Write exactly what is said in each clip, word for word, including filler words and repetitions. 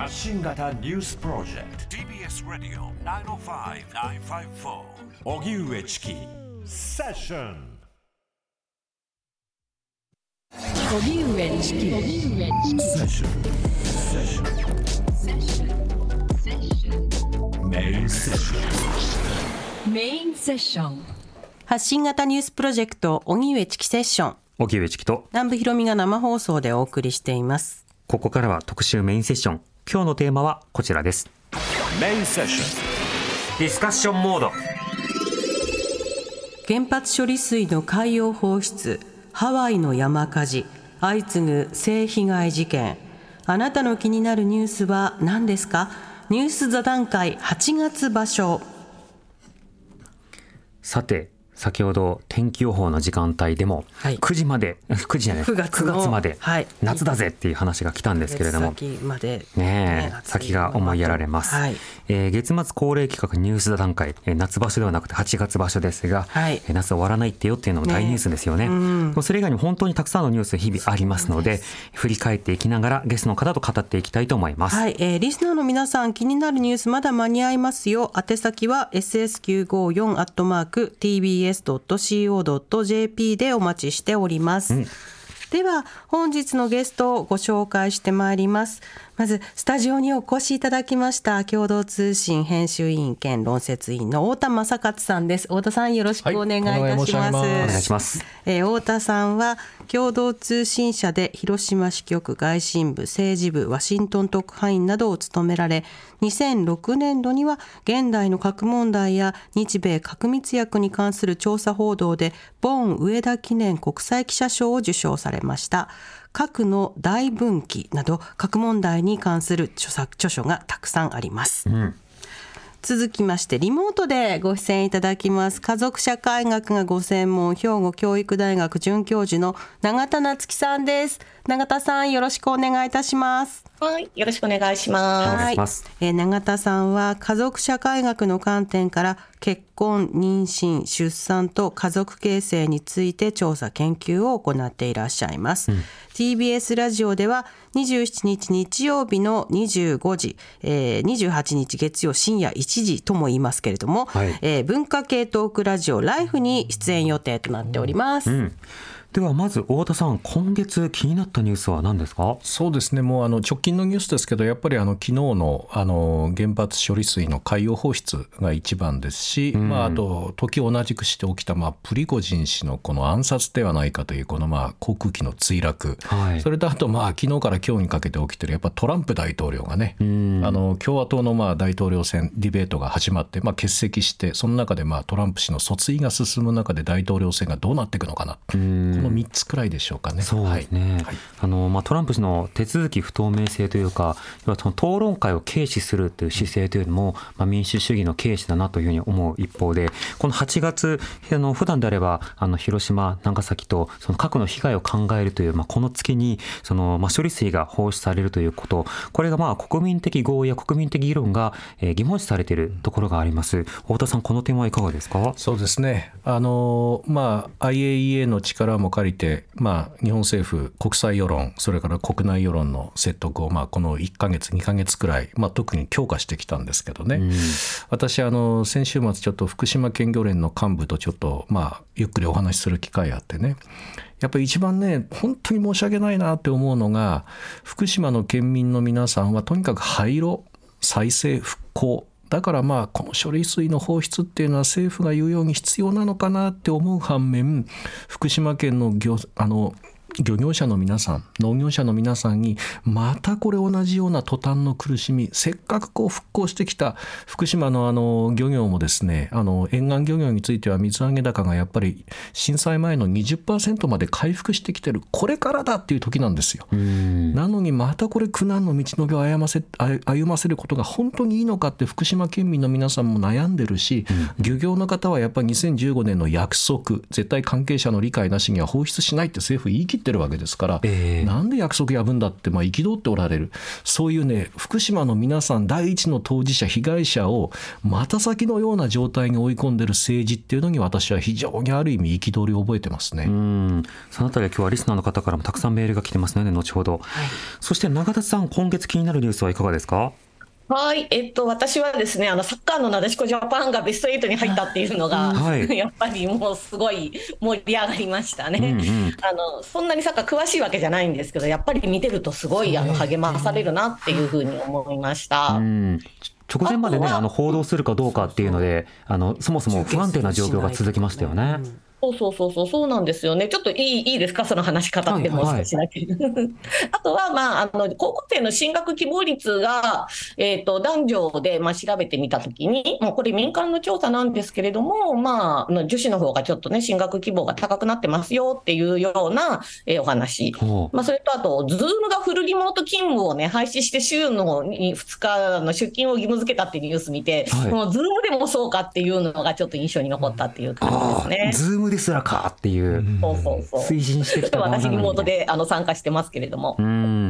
発信型ニュースプロジェクト ティービーエス ラディオきゅうまるご、きゅうごよん荻上チキセッション。 荻上チキセッションメインセッションメインセッション発信型ニュースプロジェクト荻上チキセッション、 荻上チキと南部ひろみが生放送でお送りしています。 ここからは特集メインセッション。今日のテーマはこちらです。 メインセッションディスカッションモード。 原発処理水の海洋放出、ハワイの山火事、相次ぐ性被害事件。あなたの気になるニュースは何ですか？ニュース座談会はちがつ場所。 さて、先ほど天気予報の時間帯でもはいくじまで、くじじゃないくがつのくがつまではい夏だぜっていう話が来たんですけれども、 先までねえ、 暑い先が思いやられます、 はいえー月末恒例企画ニュース座談会、えー夏場所ではなくてはちがつ場所ですが、 はいえー夏終わらないってよっていうのも大ニュースですよね。 ねうんでもそれ以外にも本当にたくさんのニュース日々ありますので、振り返っていきながらゲストの方と語っていきたいと思います。 はい、えー、リスナーの皆さん、気になるニュースまだ間に合いますよ。宛先は エスエスきゅうごよん アットマーク ティービーエス ドット シーオー ドット ジェーピー でお待ちしております、うん、では本日のゲストをご紹介してまいります。まずスタジオにお越しいただきました共同通信編集委員兼論説委員の太田正勝さんです。太田さん、よろしくお願いいたします。 はい、お願いします。 えー、太田さんは共同通信社で広島支局外信部、政治部、ワシントン特派員などを務められ、にせんろくねんどには現代の核問題や日米核密約に関する調査報道でボン上田記念国際記者賞を受賞されました。核の大分岐など核問題に関する著作著書がたくさんあります、うん、続きましてリモートでご出演いただきます家族社会学がご専門、兵庫教育大学准教授の永田夏樹さんです。永田さん、よろしくお願いいたします。 はい、よろしくお願いします。 はい、えー、永田さんは家族社会学の観点から結婚、妊娠、出産と家族形成について調査研究を行っていらっしゃいます、うん、ティービーエス ラジオではにじゅうしちにち日曜日のにじゅうごじ、えー、にじゅうはちにち月曜深夜いちじとも言いますけれども、はい、えー、文化系トークラジオライフに出演予定となっております、うん。 ではまず太田さん、今月気になったニュースは何ですか？ そうですね、もうあの直近のニュースですけど、やっぱりあの昨日のあの原発処理水の海洋放出が一番ですし、うんまあ、あと時同じくして起きた、まあ、プリゴジン氏のこの暗殺ではないかというこのまあ航空機の墜落、はい、それとあとまあ昨日から今日にかけて起きているやっぱトランプ大統領がね、うんあの共和党のまあ大統領選ディベートが始まって、まあ、欠席して、その中でまあトランプ氏の訴追が進む中で大統領選がどうなっていくのかな、うんこのみっつくらいでしょうかね。 そうですね、はいはい、あのまあ、トランプ氏の手続き不透明性というか、要はその討論会を軽視するという姿勢というのも、まあ、民主主義の軽視だなというふうに思う一方で、このはちがつ、あの普段であればあの広島、長崎とその核の被害を考えるという、まあ、この月にその、まあ、処理水が放出されるということ、これがまあ国民的合意や国民的議論が、えー、疑問視されているところがあります。太田さん、この点はいかがですか？ そうですね、あの、まあ、アイエーイーエー の力も借りて、まあ、日本政府、国際世論、それから国内世論の説得を、まあ、このいっかげつにかげつくらい、まあ、特に強化してきたんですけどね、うん、私あの先週末ちょっと福島県漁連の幹部とちょっと、まあ、ゆっくりお話しする機会あってね、やっぱり一番ね本当に申し訳ないなって思うのが、福島の県民の皆さんはとにかく廃炉、再生、復興だから、まあこの処理水の放出っていうのは政府が言うように必要なのかなって思う反面、福島県の漁あの漁業者の皆さん、農業者の皆さんにまたこれ同じような途端の苦しみ、せっかくこう復興してきた福島のあの漁業もですね、あの沿岸漁業については水揚げ高がやっぱり震災前の にじゅっパーセント まで回復してきてる、これからだっていう時なんですよ。なのにまたこれ苦難の道のりを歩ませ、歩ませることが本当にいいのかって福島県民の皆さんも悩んでるし、うん、漁業の方はやっぱりにせんじゅうごねんの約束、絶対関係者の理解なしには放出しないって政府言い切ってってるわけですから、 えー、 なんで約束破んだってまあ憤っておられる、そういうね福島の皆さん第一の当事者被害者をまた先のような状態に追い込んでる政治っていうのに私は非常にある意味憤りを覚えてますね。 うん、そのあたりは今日はリスナーの方からもたくさんメールが来てますので後ほど、はい、そして永田さん、今月気になるニュースはいかがですか？ はい、えっと、私はですね、あのサッカーのなでしこジャパンがベストエイトに入ったっていうのが、はい、やっぱりもうすごい盛り上がりましたね、うんうん、あのそんなにサッカー詳しいわけじゃないんですけど、やっぱり見てるとすごいあの励まされるなっていうふうに思いました。 うん、直前までね、あの報道するかどうかっていうので、あのそもそも不安定な状況が続きましたよね。 そうそうそうそう、そうなんですよね。ちょっといい、いいですか、その話し方ってもう少しだけ。はいはい、あとは、まあ、あの、高校生の進学希望率が、えっと、男女で、まあ、調べてみたときに、もうこれ民間の調査なんですけれども、まあ、女子の方がちょっとね、進学希望が高くなってますよっていうような、えー、お話。まあ、それと、あと、ズームがフルリモート勤務をね、廃止して週のふつかの出勤を義務付けたっていうニュース見て、はい、もうズームでもそうかっていうのがちょっと印象に残ったっていう感じですね。 ズームですらかっていう、 そうそうそう、 推進してきた側なのに、 私リモートであの参加してますけれども、 うん、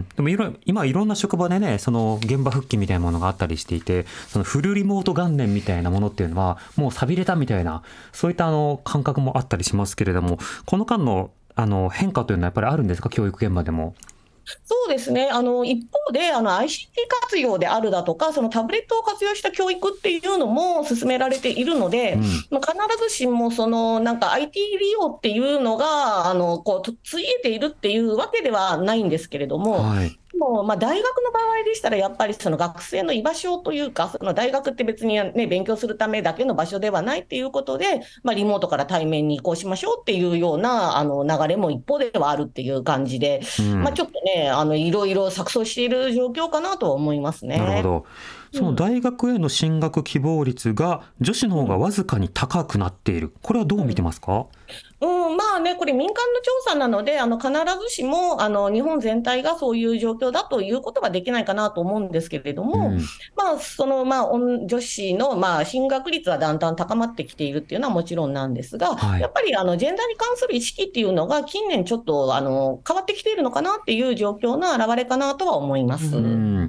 でもいろ今いろんな職場でね、その現場復帰みたいなものがあったりしていて、そのフルリモート元年みたいなものっていうのはもう寂れたみたいな、そういったあの感覚もあったりしますけれども、この間のあの変化というのはやっぱりあるんですか、教育現場でも。 そうですね、あの一方であの アイシーティー 活用であるだとか、そのタブレットを活用した教育っていうのも進められているので、うん、まあ、必ずしもそのなんか アイティー 利用っていうのがあのこうついえているっていうわけではないんですけれども、はい、もうまあ大学の場合でしたらやっぱりその学生の居場所というか、その大学って別に、ね、勉強するためだけの場所ではないっていうことで、まあ、リモートから対面に移行しましょうっていうようなあの流れも一方ではあるっていう感じで、うん、まあ、ちょっとね、あのいろいろ錯綜している状況かなとは思いますね。 なるほど。その大学への進学希望率が女子の方がわずかに高くなっている、これはどう見てますか？ うん、まあね、これ民間の調査なので、あの必ずしもあの日本全体がそういう状況だということはできないかなと思うんですけれども、うん、まあそのまあ女子のまあ進学率はだんだん高まってきているっていうのはもちろんなんですが、はい、やっぱりあのジェンダーに関する意識っていうのが近年ちょっとあの変わってきているのかなっていう状況の表れかなとは思います。 うん、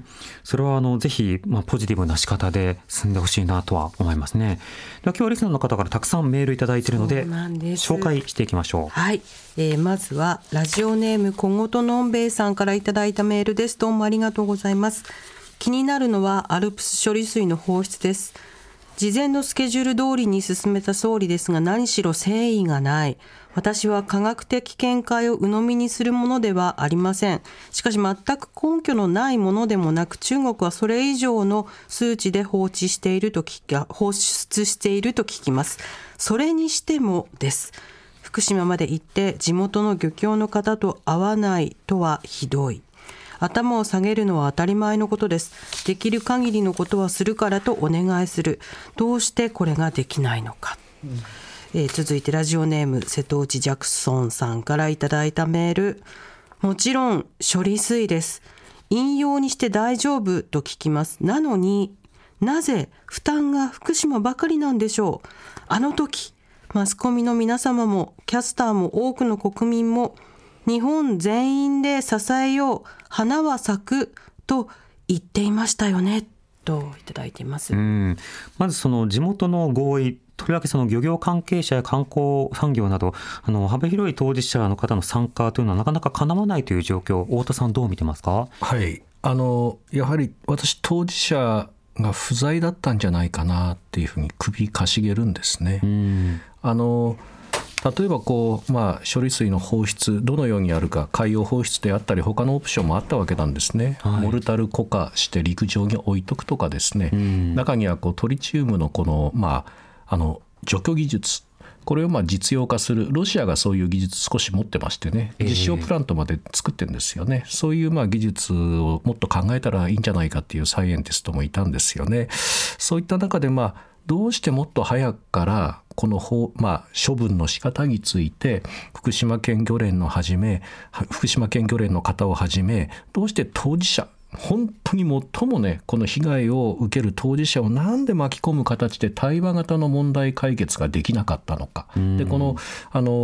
それはあのぜひ、まあ、ポジティブな仕方で進んでほしいなとは思いますね。では今日はリスナーの方からたくさんメールいただいているので紹介していきましょう。 はい、えー、まずはラジオネーム小言のんべいさんからいただいたメールです。どうもありがとうございます。気になるのはアルプス処理水の放出です。事前のスケジュール通りに進めた総理ですが、何しろ誠意がない。私は科学的見解を鵜呑みにするものではありません。しかし全く根拠のないものでもなく、中国はそれ以上の数値で放置していると聞き、放出していると聞きます。それにしてもです。福島まで行って地元の漁協の方と会わないとはひどい。頭を下げるのは当たり前のことです。できる限りのことはするからとお願いする。どうしてこれができないのか。うん、えー、続いてラジオネーム瀬戸内ジャクソンさんからいただいたメール。もちろん処理水です。引用にして大丈夫と聞きます。なのになぜ負担が福島ばかりなんでしょう。あの時マスコミの皆様もキャスターも多くの国民も日本全員で支えよう、花は咲くと言っていましたよねといただいています。 うん、まずその地元の合意、とりわけその漁業関係者や観光産業などあの幅広い当事者の方の参加というのはなかなか叶わないという状況、太田さんどう見てますか？ はい、あのやはり私当事者が不在だったんじゃないかなっていうふうに首かしげるんですね。うん、あの例えばこう、まあ、処理水の放出どのようにやるか、海洋放出であったり他のオプションもあったわけなんですね。はい、モルタル固化して陸上に置いとくとかですね、うん、中にはこうトリチウムのこの、まあ、あの除去技術、これをまあ実用化する、ロシアがそういう技術少し持ってましてね、実証プラントまで作ってるんですよね。えー、そういうまあ技術をもっと考えたらいいんじゃないかっていうサイエンティストもいたんですよね。そういった中でまあどうしてもっと早くからこの法、まあ、処分の仕方について福島県漁連のはじめ福島県漁連の方をはじめ、どうして当事者、本当に最もねこの被害を受ける当事者をなんで巻き込む形で対話型の問題解決ができなかったのか。でこのあの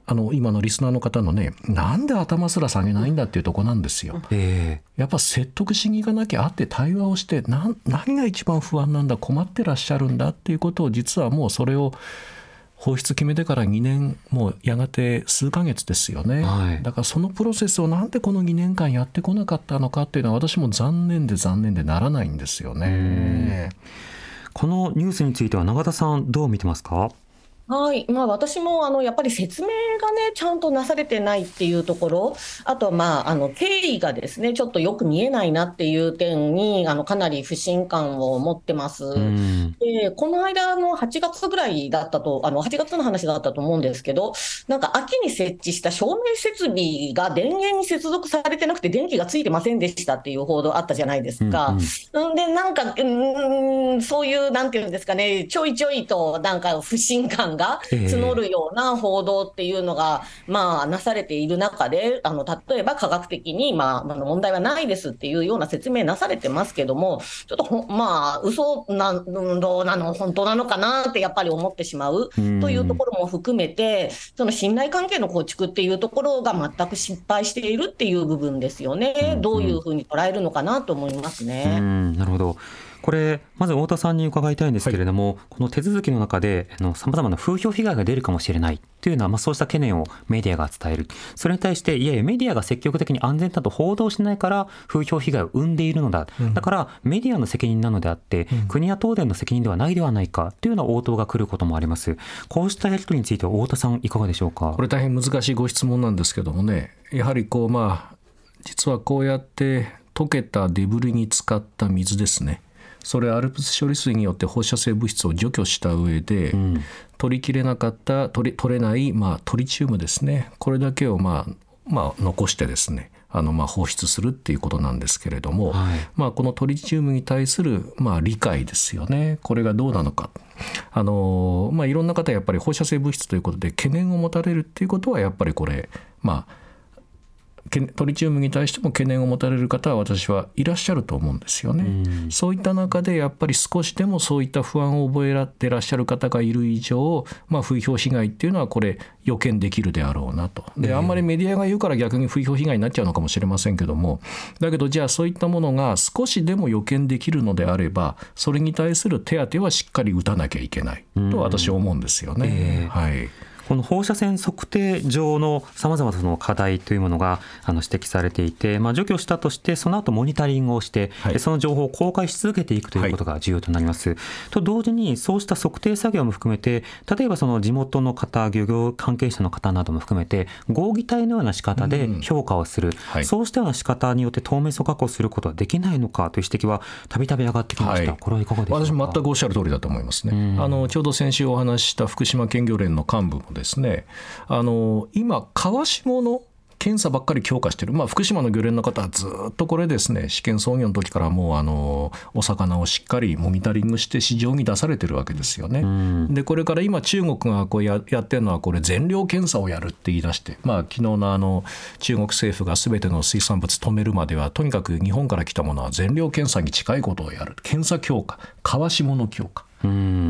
あの今のリスナーの方のね、なんで頭すら下げないんだっていうとこなんですよ。 えー、 やっぱ説得しぎがなきゃあって対話をして、な何が一番不安なんだ、困ってらっしゃるんだっていうことを、実はもうそれを放出決めてからにねん、もうやがて数ヶ月ですよね、はい、だからそのプロセスをなんでこのにねんかんやってこなかったのかっていうのは、私も残念で残念でならないんですよね。 このニュースについては永田さんどう見てますか？ はい、まあ、私もあのやっぱり説明がね、ちゃんとなされてないっていうところ、あとは、まあ、あの経緯がですね、ちょっとよく見えないなっていう点に、あのかなり不信感を持ってます。で、この間のはちがつぐらいだったと、あのはちがつの話だったと思うんですけど、なんか秋に設置した照明設備が電源に接続されてなくて、電気がついてませんでしたっていう報道あったじゃないですか。うんうん、で、なんか、うーん、そういう、なんていうんですかね、ちょいちょいとなんか不信感が募るような報道っていうのが、まあ、なされている中で、あの例えば科学的に、まあ、問題はないですっていうような説明なされてますけども、ちょっとほまあ嘘などうなの本当なのかなってやっぱり思ってしまうというところも含めて、その信頼関係の構築っていうところが全く失敗しているっていう部分ですよね。どういうふうに捉えるのかなと思いますね。 うん、なるほど。これまず太田さんに伺いたいんですけれども、はい、この手続きの中でさまざまな風評被害が出るかもしれないというのは、まあ、そうした懸念をメディアが伝える。それに対して、いやいやメディアが積極的に安全だと報道しないから風評被害を生んでいるのだ、うん、だからメディアの責任なのであって、うん、国や東電の責任ではないではないかというような応答が来ることもあります。こうしたやり取りについては太田さんいかがでしょうか？ これ大変難しいご質問なんですけどもね、やはりこう、まあ、実はこうやって溶けたデブリに使った水ですね、それアルプス処理水によって放射性物質を除去した上で、うん、取りきれなかった取り、取れない、まあ、トリチウムですね、これだけを、まあまあ、残してですね、あのまあ放出するっていうことなんですけれども、はい、まあ、このトリチウムに対する、まあ、理解ですよね。これがどうなのか、あの、まあ、いろんな方やっぱり放射性物質ということで懸念を持たれるっていうことは、やっぱりこれ、まあトリチウムに対しても懸念を持たれる方は私はいらっしゃると思うんですよね。うん、そういった中でやっぱり少しでもそういった不安を覚えてらっしゃる方がいる以上、まあ、風評被害っていうのはこれ予見できるであろうなと。で、あんまりメディアが言うから逆に風評被害になっちゃうのかもしれませんけども、だけどじゃあそういったものが少しでも予見できるのであれば、それに対する手当はしっかり打たなきゃいけないと私は思うんですよね。えー、はい。 この放射線測定上のさまざまなその課題というものがあの指摘されていて、まあ、除去したとしてその後モニタリングをして、はい、その情報を公開し続けていくということが重要となります、はい、と同時にそうした測定作業も含めて、例えばその地元の方、漁業関係者の方なども含めて合議体のような仕方で評価をする、うん、はい、そうしたような仕方によって透明さを確保することはできないのかという指摘はたびたび上がってきました、はい、これはいかがでしょうか？ 私全くおっしゃる通りだと思いますね。うん、あのちょうど先週お話しした福島県漁連の幹部もですね、あの今川下の検査ばっかり強化してる、まあ、福島の漁連の方はずっとこれですね、試験操業の時からもうあのお魚をしっかりモニタリングして市場に出されてるわけですよね。うん、でこれから今中国がこう や, やってるのはこれ全量検査をやるって言い出して、まあ、昨日のあの中国政府が全ての水産物止めるまではとにかく日本から来たものは全量検査に近いことをやる、検査強化、川下の強化、うん、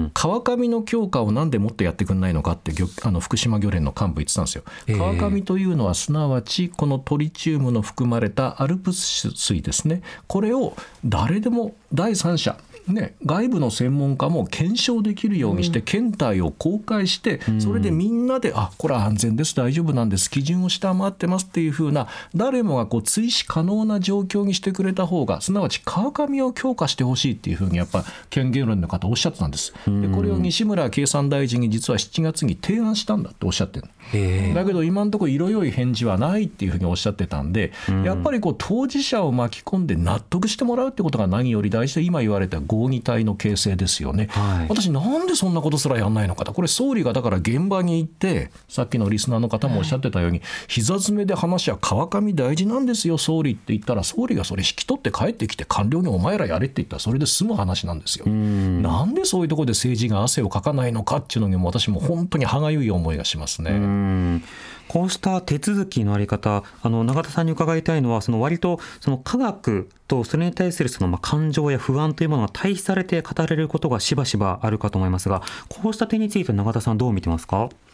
川上の強化をなんでもっとやってくんないのかってあの福島漁連の幹部言ってたんですよ。川上というのはすなわちこのトリチウムの含まれたアルプス水ですね、これを誰でも第三者ね、外部の専門家も検証できるようにして検体を公開して、それでみんなであこれは安全です、大丈夫なんです、基準を下回ってますっていう風な誰もがこう追試可能な状況にしてくれた方が、すなわち川上を強化してほしいっていう風にやっぱ県漁連の方おっしゃってたんです。でこれを西村経産大臣に実はしちがつに提案したんだっておっしゃってる。だけど今のところ色良い返事はないっていう風におっしゃってたんで、やっぱりこう当事者を巻き込んで納得してもらうってことが何より大事で、今言われた合議体の形成ですよね。はい、私なんでそんなことすらやんないのかと。これ総理がだから現場に行って、さっきのリスナーの方もおっしゃってたように、はい、膝詰めで話は川上大事なんですよ総理って言ったら、総理がそれ引き取って帰ってきて官僚にお前らやれって言ったらそれで済む話なんですよ。んなんでそういうところで政治が汗をかかないのかっていうのにも私も本当に歯がゆい思いがしますね。うんこうした手続きのあり方、あの永田さんに伺いたいのは、その割とその科学とそれに対するそのまあ感情や不安というものが対比されて語れることがしばしばあるかと思いますが、こうした点について永田さんどう見てますか？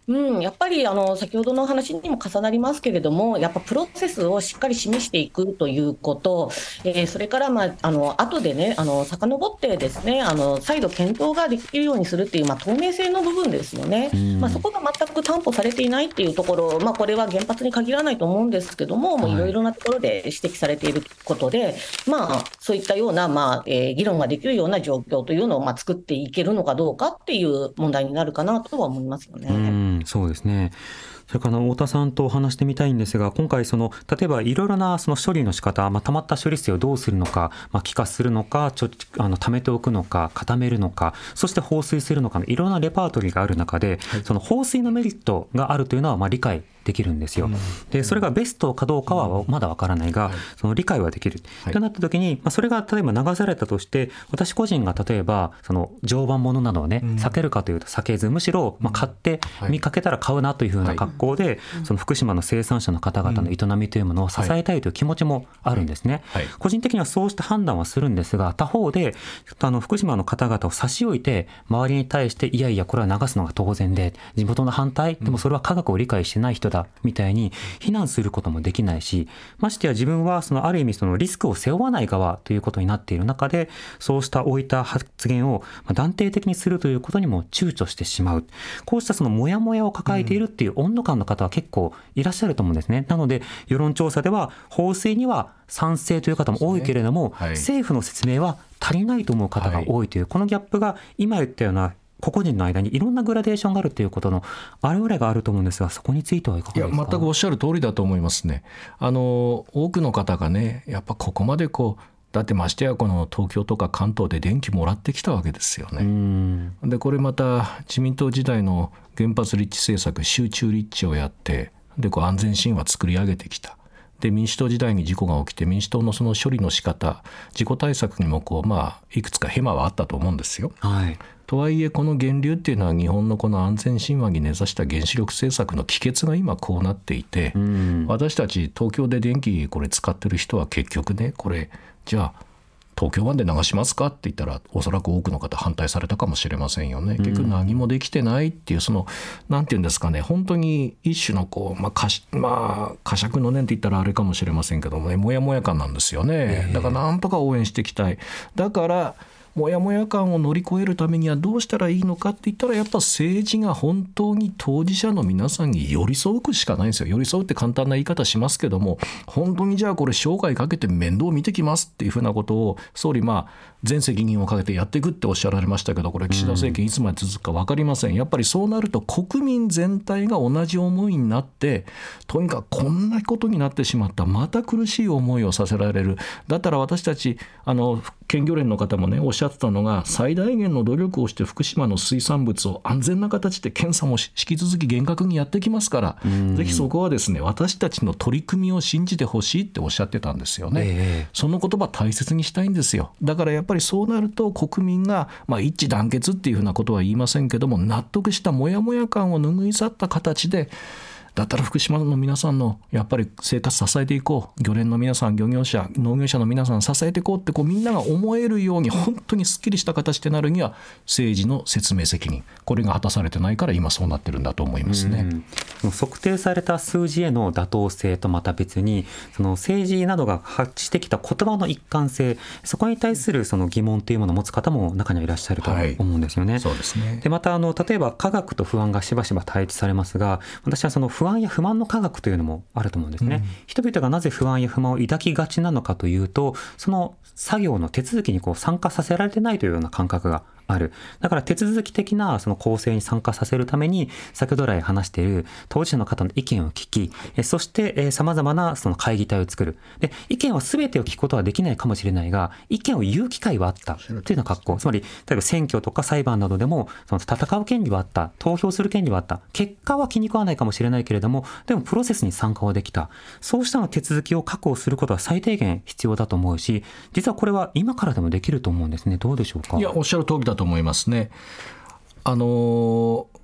うん、やっぱりあの先ほどの話にも重なりますけれども、やっぱプロセスをしっかり示していくということ、えーそれから、まあ、あの後でね、あの遡ってですね、あの再度検討ができるようにするっていう、まあ、透明性の部分ですよね、まあ、そこが全く担保されていないっていうところ、まあ、これは原発に限らないと思うんですけども、もういろいろなところで指摘されていることで、まあ、そういったような、まあえー議論ができるような状況というのを、まあ、作っていけるのかどうかっていう問題になるかなとは思いますよね。 うんそうですね。それから太田さんとお話してみたいんですが、今回その例えばいろいろなその処理の仕方、まあ、溜まった処理水をどうするのか、まあ、気化するのか、ちょあの溜めておくのか、固めるのか、そして放水するのかのいろんなレパートリーがある中で、その放水のメリットがあるというのはまあ理解できるんですよ。でそれがベストかどうかはまだわからないが、その理解はできる、はい、となった時に、まあ、それが例えば流されたとして、私個人が例えばその常磐ものなどをね、避けるかというと避けず、むしろまあ買って見かけたら買うなというふうな格好で、その福島の生産者の方々の営みというものを支えたいという気持ちもあるんですね、はいはい、個人的にはそうした判断はするんですが、他方であの福島の方々を差し置いて周りに対して、いやいやこれは流すのが当然で地元の反対、でもそれは科学を理解してない人だみたいに非難することもできないし、ましてや自分はそのある意味そのリスクを背負わない側ということになっている中で、そうした置いた発言を断定的にするということにも躊躇してしまう。こうしたそのモヤモヤを抱えているっていう温度感の方は結構いらっしゃると思うんですね。なので世論調査では放水には賛成という方も多いけれども、はい、政府の説明は足りないと思う方が多いという、はい、このギャップが今言ったような個々人の間にいろんなグラデーションがあるということの表れがあると思うんですが、そこについてはいかがですか。 いや、全くおっしゃる通りだと思いますね。あの多くの方がね、やっぱここまでこう、だってましてやこの東京とか関東で電気もらってきたわけですよね。うんでこれまた自民党時代の原発立地政策、集中立地をやって、でこう安全神話作り上げてきた。で民主党時代に事故が起きて、民主党のその処理の仕方、事故対策にもこう、まあ、いくつかヘマはあったと思うんですよ、はい、とはいえこの源流っていうのは日本のこの安全神話に根ざした原子力政策の帰結が今こうなっていて、うん、私たち東京で電気これ使ってる人は結局ね、これじゃあ東京湾で流しますかって言ったら、おそらく多くの方反対されたかもしれませんよね。結局何もできてないっていう、そのなんていうんですかね、本当に一種のこう、まあかしまあ、呵責の念って言ったらあれかもしれませんけどもね、もやもや感なんですよね。だからなんとか応援していきたい。だからもやもや感を乗り越えるためにはどうしたらいいのかって言ったら、やっぱ政治が本当に当事者の皆さんに寄り添うしかないんですよ。寄り添うって簡単な言い方しますけども、本当にじゃあこれ生涯かけて面倒を見てきますっていうふうなことを総理、まあ全責任をかけてやっていくっておっしゃられましたけど、これ岸田政権いつまで続くか分かりません。やっぱりそうなると国民全体が同じ思いになって、とにかくこんなことになってしまった、また苦しい思いをさせられる。だったら私たちあの県漁連の方もねおっしゃってたのが、最大限の努力をして福島の水産物を安全な形で検査も引き続き厳格にやってきますから、ぜひそこはですね、私たちの取り組みを信じてほしいっておっしゃってたんですよね、えー、その言葉大切にしたいんですよ。だからやっぱりそうなると国民が、まあ、一致団結っていうふうなことは言いませんけども、納得したモヤモヤ感を拭い去った形で、だったら福島の皆さんのやっぱり生活支えていこう、漁連の皆さん、漁業者、農業者の皆さん支えていこうって、こうみんなが思えるように本当にすっきりした形でなるには、政治の説明責任、これが果たされてないから今そうなってるんだと思いますね。 うん、測定された数字への妥当性とまた別に、その政治などが発してきた言葉の一貫性、そこに対するその疑問というものを持つ方も中にはいらっしゃると思うんですよね。はい、 そうですね。 でまたあの例えば科学と不安がしばしば対立されますが、私はその不安や不満の科学というのもあると思うんですね、うん、人々がなぜ不安や不満を抱きがちなのかというと、その作業の手続きにこう参加させられてないというような感覚がある。だから手続き的なその構成に参加させるために、先ほど来話している当事者の方の意見を聞き、そしてさまざまなその会議体を作る。で意見は全てを聞くことはできないかもしれないが、意見を言う機会はあったというような格好、つまり例えば選挙とか裁判などでもその戦う権利はあった、投票する権利はあった、結果は気に食わないかもしれないけれども、でもプロセスに参加はできた。そうしたの手続きを確保することは最低限必要だと思うし、実はこれは今からでもできると思うんですね。どうでしょうか。 いや、おっしゃる通りだと思いますね。あの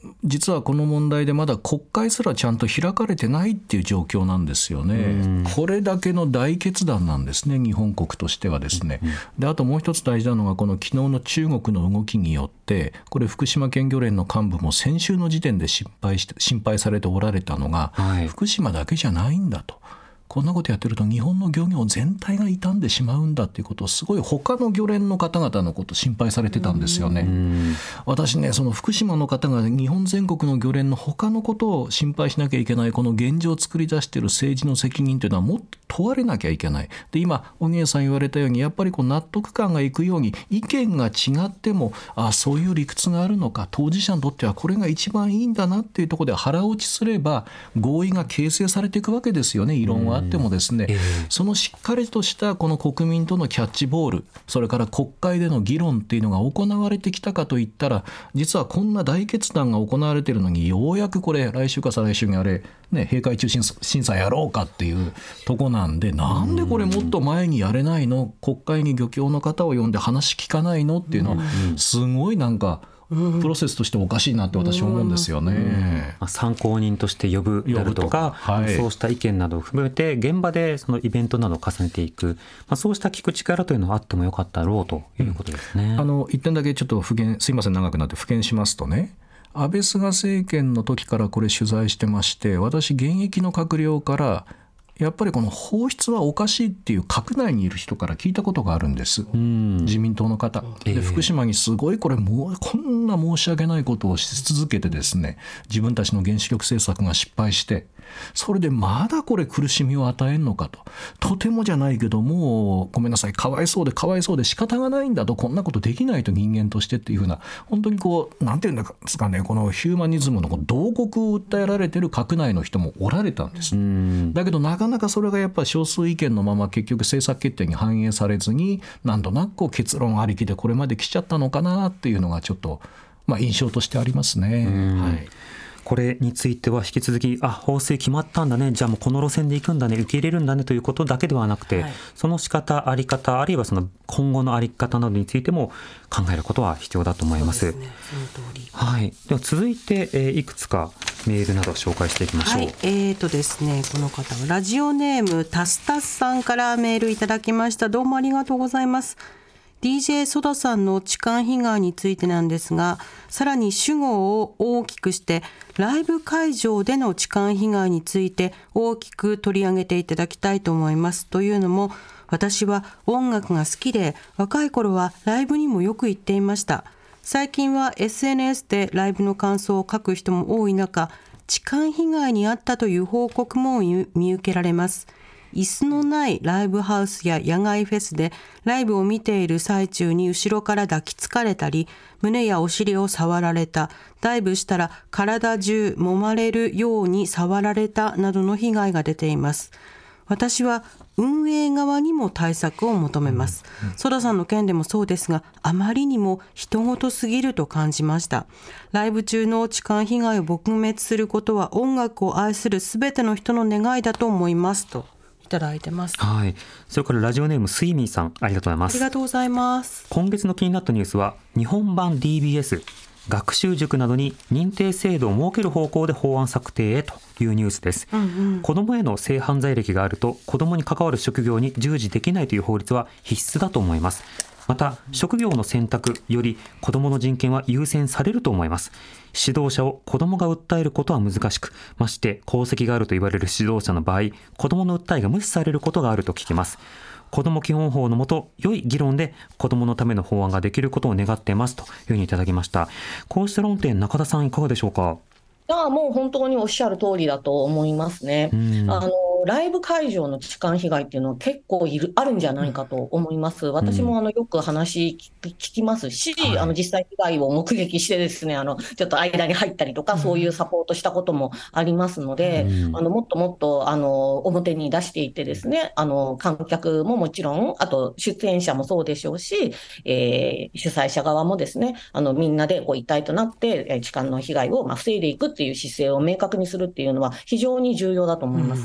実はこの問題でまだ国会すらちゃんと開かれてないっていう状況なんですよね。これだけの大決断なんですね、日本国としてはですね。であともう一つ大事なのが、この昨日の中国の動きによって、これ福島県漁連の幹部も先週の時点で心配して心配されておられたのが、はい、福島だけじゃないんだと。こんなことやってると日本の漁業全体が傷んでしまうんだっていうことをすごい他の漁連の方々のことを心配されてたんですよね。私ね、その福島の方が日本全国の漁連の他のことを心配しなきゃいけない、この現状を作り出している政治の責任というのはもっと問われなきゃいけない。で今荻上さん言われたように、やっぱりこう納得感がいくように意見が違っても、あそういう理屈があるのか、当事者にとってはこれが一番いいんだなっていうところで腹落ちすれば合意が形成されていくわけですよね。異論はあってもですね、えー、そのしっかりとしたこの国民とのキャッチボール、それから国会での議論っていうのが行われてきたかといったら、実はこんな大決断が行われているのに、ようやくこれ来週か再来週にあれ、ね、閉会中審査やろうかっていうとこなんで、なんでこれもっと前にやれないの、国会に漁協の方を呼んで話聞かないのっていうのは、すごいなんかプロセスとしておかしいなって私は思うんですよね。うんまあ、参考人として呼ぶなどとか、はい、そうした意見などを含めて現場でそのイベントなどを重ねていく、まあ、そうした聞く力というのはあってもよかったろうということですね。うん、あの一点だけちょっと復元、すいません長くなって復元しますとね、安倍菅政権の時からこれ取材してまして、私現役の閣僚からやっぱりこの放出はおかしいっていう閣内にいる人から聞いたことがあるんです。自民党の方で、福島にすごいこれもうこんな申し訳ないことをし続けてですね、自分たちの原子力政策が失敗して、それでまだこれ苦しみを与えるのかと、とてもじゃないけどもごめんなさい、かわいそうでかわいそうで仕方がないんだと、こんなことできないと人間としてっていうふうな、本当にこうなんていうんですかね、このヒューマニズムの慟哭を訴えられている閣内の人もおられたんです。だけどなかなかそれがやっぱり少数意見のまま結局政策決定に反映されずに、なんとなくこう結論ありきでこれまで来ちゃったのかなっていうのがちょっと、まあ、印象としてありますね。はい、 これについては引き続き、あ放水決まったんだね、じゃあもうこの路線で行くんだね、受け入れるんだねということだけではなくて、はい、その仕方、あり方、あるいはその今後のあり方などについても考えることは必要だと思います。そうですね、その通り。はい、では続いて、えー、いくつかメールなどを紹介していきましょう。はい、 えーとですね、この方はラジオネームタスタスさんからメールいただきました。どうもありがとうございます。ディージェー ソダさんの痴漢被害についてなんですが、さらに主語を大きくしてライブ会場での痴漢被害について大きく取り上げていただきたいと思います。というのも、私は音楽が好きで若い頃はライブにもよく行っていました。最近は エスエヌエス でライブの感想を書く人も多い中、痴漢被害に遭ったという報告も見受けられます。椅子のないライブハウスや野外フェスでライブを見ている最中に後ろから抱きつかれたり、胸やお尻を触られた、ダイブしたら体中揉まれるように触られたなどの被害が出ています。私は運営側にも対策を求めます。ソダさんの件でもそうですが、あまりにも人事すぎると感じました。ライブ中の痴漢被害を撲滅することは音楽を愛するすべての人の願いだと思いますといただいてます。 はい、それからラジオネームスイミーさん、ありがとうございます。 ありがとうございます。 今月の気になったニュースは、日本版 ディービーエス 学習塾などに認定制度を設ける方向で法案策定へというニュースです。うんうん、子どもへの性犯罪歴があると子どもに関わる職業に従事できないという法律は必須だと思います。また職業の選択より子どもの人権は優先されると思います。指導者を子どもが訴えることは難しく、まして功績があると言われる指導者の場合、子どもの訴えが無視されることがあると聞きます。子ども基本法のもと、良い議論で子どものための法案ができることを願っていますというふうにいただきました。こうした論点、中田さんいかがでしょうか。 いやもう本当におっしゃる通りだと思いますね。あのライブ会場の痴漢被害っていうのは結構いるあるんじゃないかと思います。私もあのよく話聞き、聞きますし、はい、あの実際被害を目撃してですね、あのちょっと間に入ったりとか、そういうサポートしたこともありますので、うん、あのもっともっとあの表に出していってですね、あの観客ももちろん、あと出演者もそうでしょうし、えー、主催者側もですね、あのみんなでこう一体となって痴漢の被害をまあ防いでいくっていう姿勢を明確にするっていうのは非常に重要だと思いますね。うん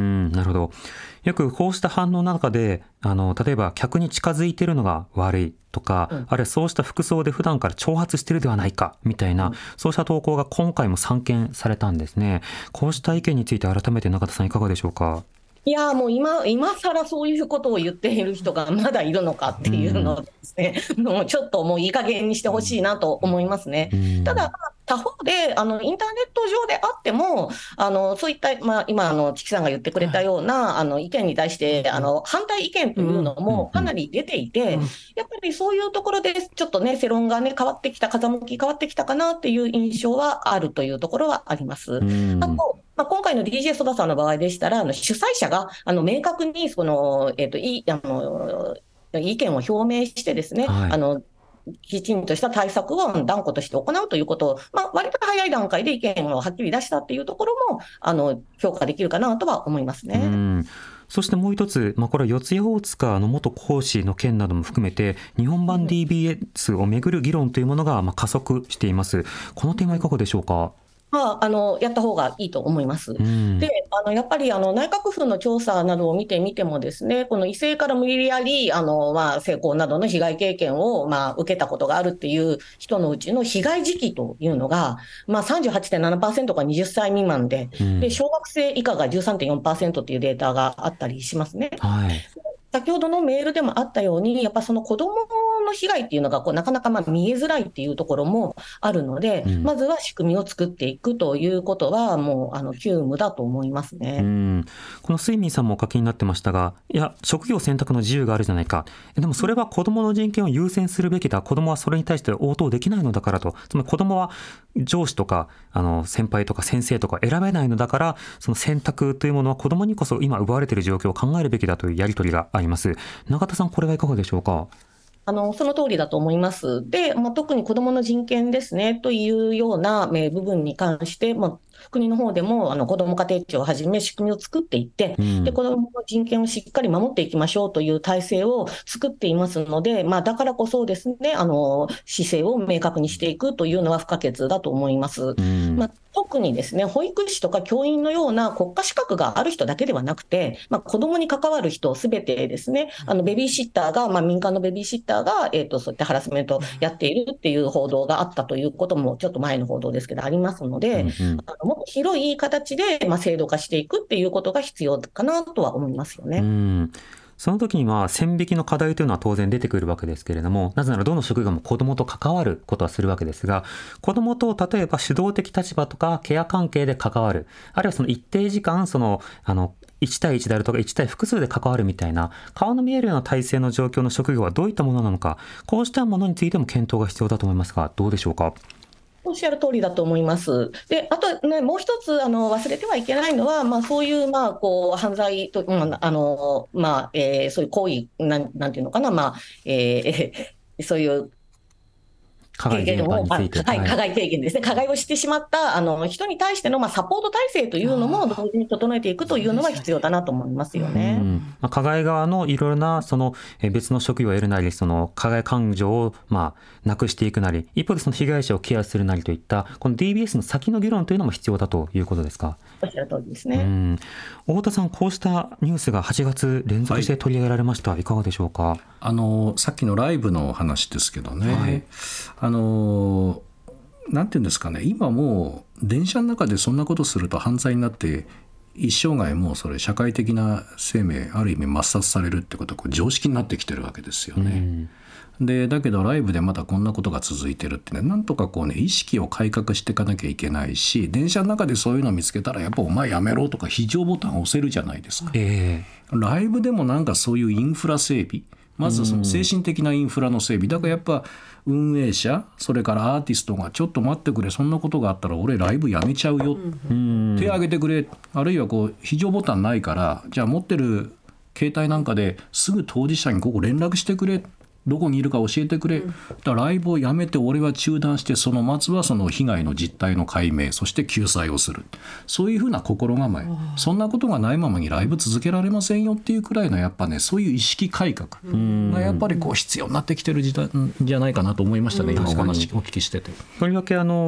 ん、なるほど。よくこうした反応の中で、あの例えば客に近づいているのが悪いとか、うん、あるいはそうした服装で普段から挑発しているではないかみたいな、うん、そうした投稿が今回も散見されたんですね。こうした意見について改めて中田さんいかがでしょうか。 いやもう今今更そういうことを言っている人がまだいるのかっていうのですね、うん、もうちょっともういい加減にしてほしいなと思いますね、うん、ただ他方であのインターネット上であってもあのそういった、まあ、今あのチキさんが言ってくれたようなあの意見に対してあの反対意見というのもかなり出ていて、やっぱりそういうところでちょっとね世論がね変わってきた、風向き変わってきたかなっていう印象はあるというところはあります。うん、あとまあ、今回の ディージェー ソダさんの場合でしたら、あの主催者があの明確にその、えーと、いあの意見を表明してですね、はい、あのきちんとした対策を断固として行うということを、まあ、割と早い段階で意見をはっきり出したっていうところもあの評価できるかなとは思いますね。 うん、そしてもう一つ、まあ、これは四谷大塚の元講師の件なども含めて日本版 ディービーエス をめぐる議論というものがまあ加速しています。この点はいかがでしょうか。 まあ、あのやった方がいいと思います。うん、であのやっぱりあの内閣府の調査などを見てみてもですね、この異性から無理やりあの、まあ、性交などの被害経験を、まあ、受けたことがあるっていう人のうちの被害時期というのが、まあ、さんじゅうはちてんななパーセント がはたち未満 で,、うん、で小学生以下が じゅうさんてんよんパーセント っていうデータがあったりしますね。はい、先ほどのメールでもあったように、やっぱその子どもの被害っていうのがこうなかなかまあ見えづらいっていうところもあるので、うん、まずは仕組みを作っていくということはもうあの急務だと思いますね。 うん、このスイミーさんもお書きになってましたが、いや職業選択の自由があるじゃないか、でもそれは子どもの人権を優先するべきだ、子どもはそれに対して応答できないのだからと、つまり子どもは上司とかあの先輩とか先生とか選べないのだから、その選択というものは子どもにこそ今奪われている状況を考えるべきだというやり取りがあります。中田さん、これはいかがでしょうか。 あのその通りだと思います。で、まあ、特に子どもの人権ですねというような部分に関して、まあ国の方でもあの子ども家庭庁をはじめ仕組みを作っていって、うん、で子どもの人権をしっかり守っていきましょうという体制を作っていますので、まあ、だからこそですね、あの姿勢を明確にしていくというのは不可欠だと思います。うん、まあ、特にですね、保育士とか教員のような国家資格がある人だけではなくて、まあ、子どもに関わる人すべてですね、あのベビーシッターが、まあ、民間のベビーシッターが、えーと、そういったハラスメントをやっているっていう報道があったということもちょっと前の報道ですけどありますので、うんうん、あのもっと広い形で、まあ、制度化していくっていうことが必要かなとは思いますよね。 うん、その時には線引きの課題というのは当然出てくるわけですけれども、なぜならどの職業も子どもと関わることはするわけですが、子どもと例えば主導的立場とかケア関係で関わる、あるいはその一定時間そのあのいち対いちであるとかいち対複数で関わるみたいな顔の見えるような体制の状況の職業はどういったものなのか、こうしたものについても検討が必要だと思いますが、どうでしょうか。 おっしゃる通りだと思います。で、あと、ね、もう一つあの忘れてはいけないのは、まあ、そういう、まあ、こう犯罪と、まああのまあえー、そういう行為なん、なんていうのかな、まあえー、そういう加害全般について、 はい、加害経験ですね、加害をしてしまったあの人に対しての、まあ、サポート体制というのも同時に整えていくというのは必要だなと思いますよね。 うん、まあ、加害側のいろいろなその別の職業を得るなり、その加害感情をまあなくしていくなり、一方でその被害者をケアするなりといったこの ディービーエス の先の議論というのも必要だということですか。 おっしゃる通りですね。 うん、太田さん、こうしたニュースがはちがつ連続して取り上げられました、はい、いかがでしょうか。 あのさっきのライブの話ですけどね、はい、あのなんていうんですかね、今もう電車の中でそんなことすると犯罪になって一生涯もうそれ社会的な生命ある意味抹殺されるってことが常識になってきてるわけですよね。うん、でだけどライブでまだこんなことが続いてるってね、なんとかこうね意識を改革していかなきゃいけないし、電車の中でそういうのを見つけたらやっぱお前やめろとか非常ボタンを押せるじゃないですか。えー、ライブでもなんかそういうインフラ整備、まずその精神的なインフラの整備だからやっぱ運営者それからアーティストがちょっと待ってくれ、そんなことがあったら俺ライブやめちゃうよ、うん、手挙げてくれ、あるいはこう非常ボタンないからじゃあ持ってる携帯なんかですぐ当事者にここ連絡してくれ、どこにいるか教えてくれ、だからライブをやめて俺は中断して、そのまずはその被害の実態の解明、そして救済をする、そういうふうな心構え、そんなことがないままにライブ続けられませんよっていうくらいのやっぱね、そういう意識改革がやっぱりこう必要になってきてる時代じゃないかなと思いましたね、今お話お聞きしてて。 とりわけあの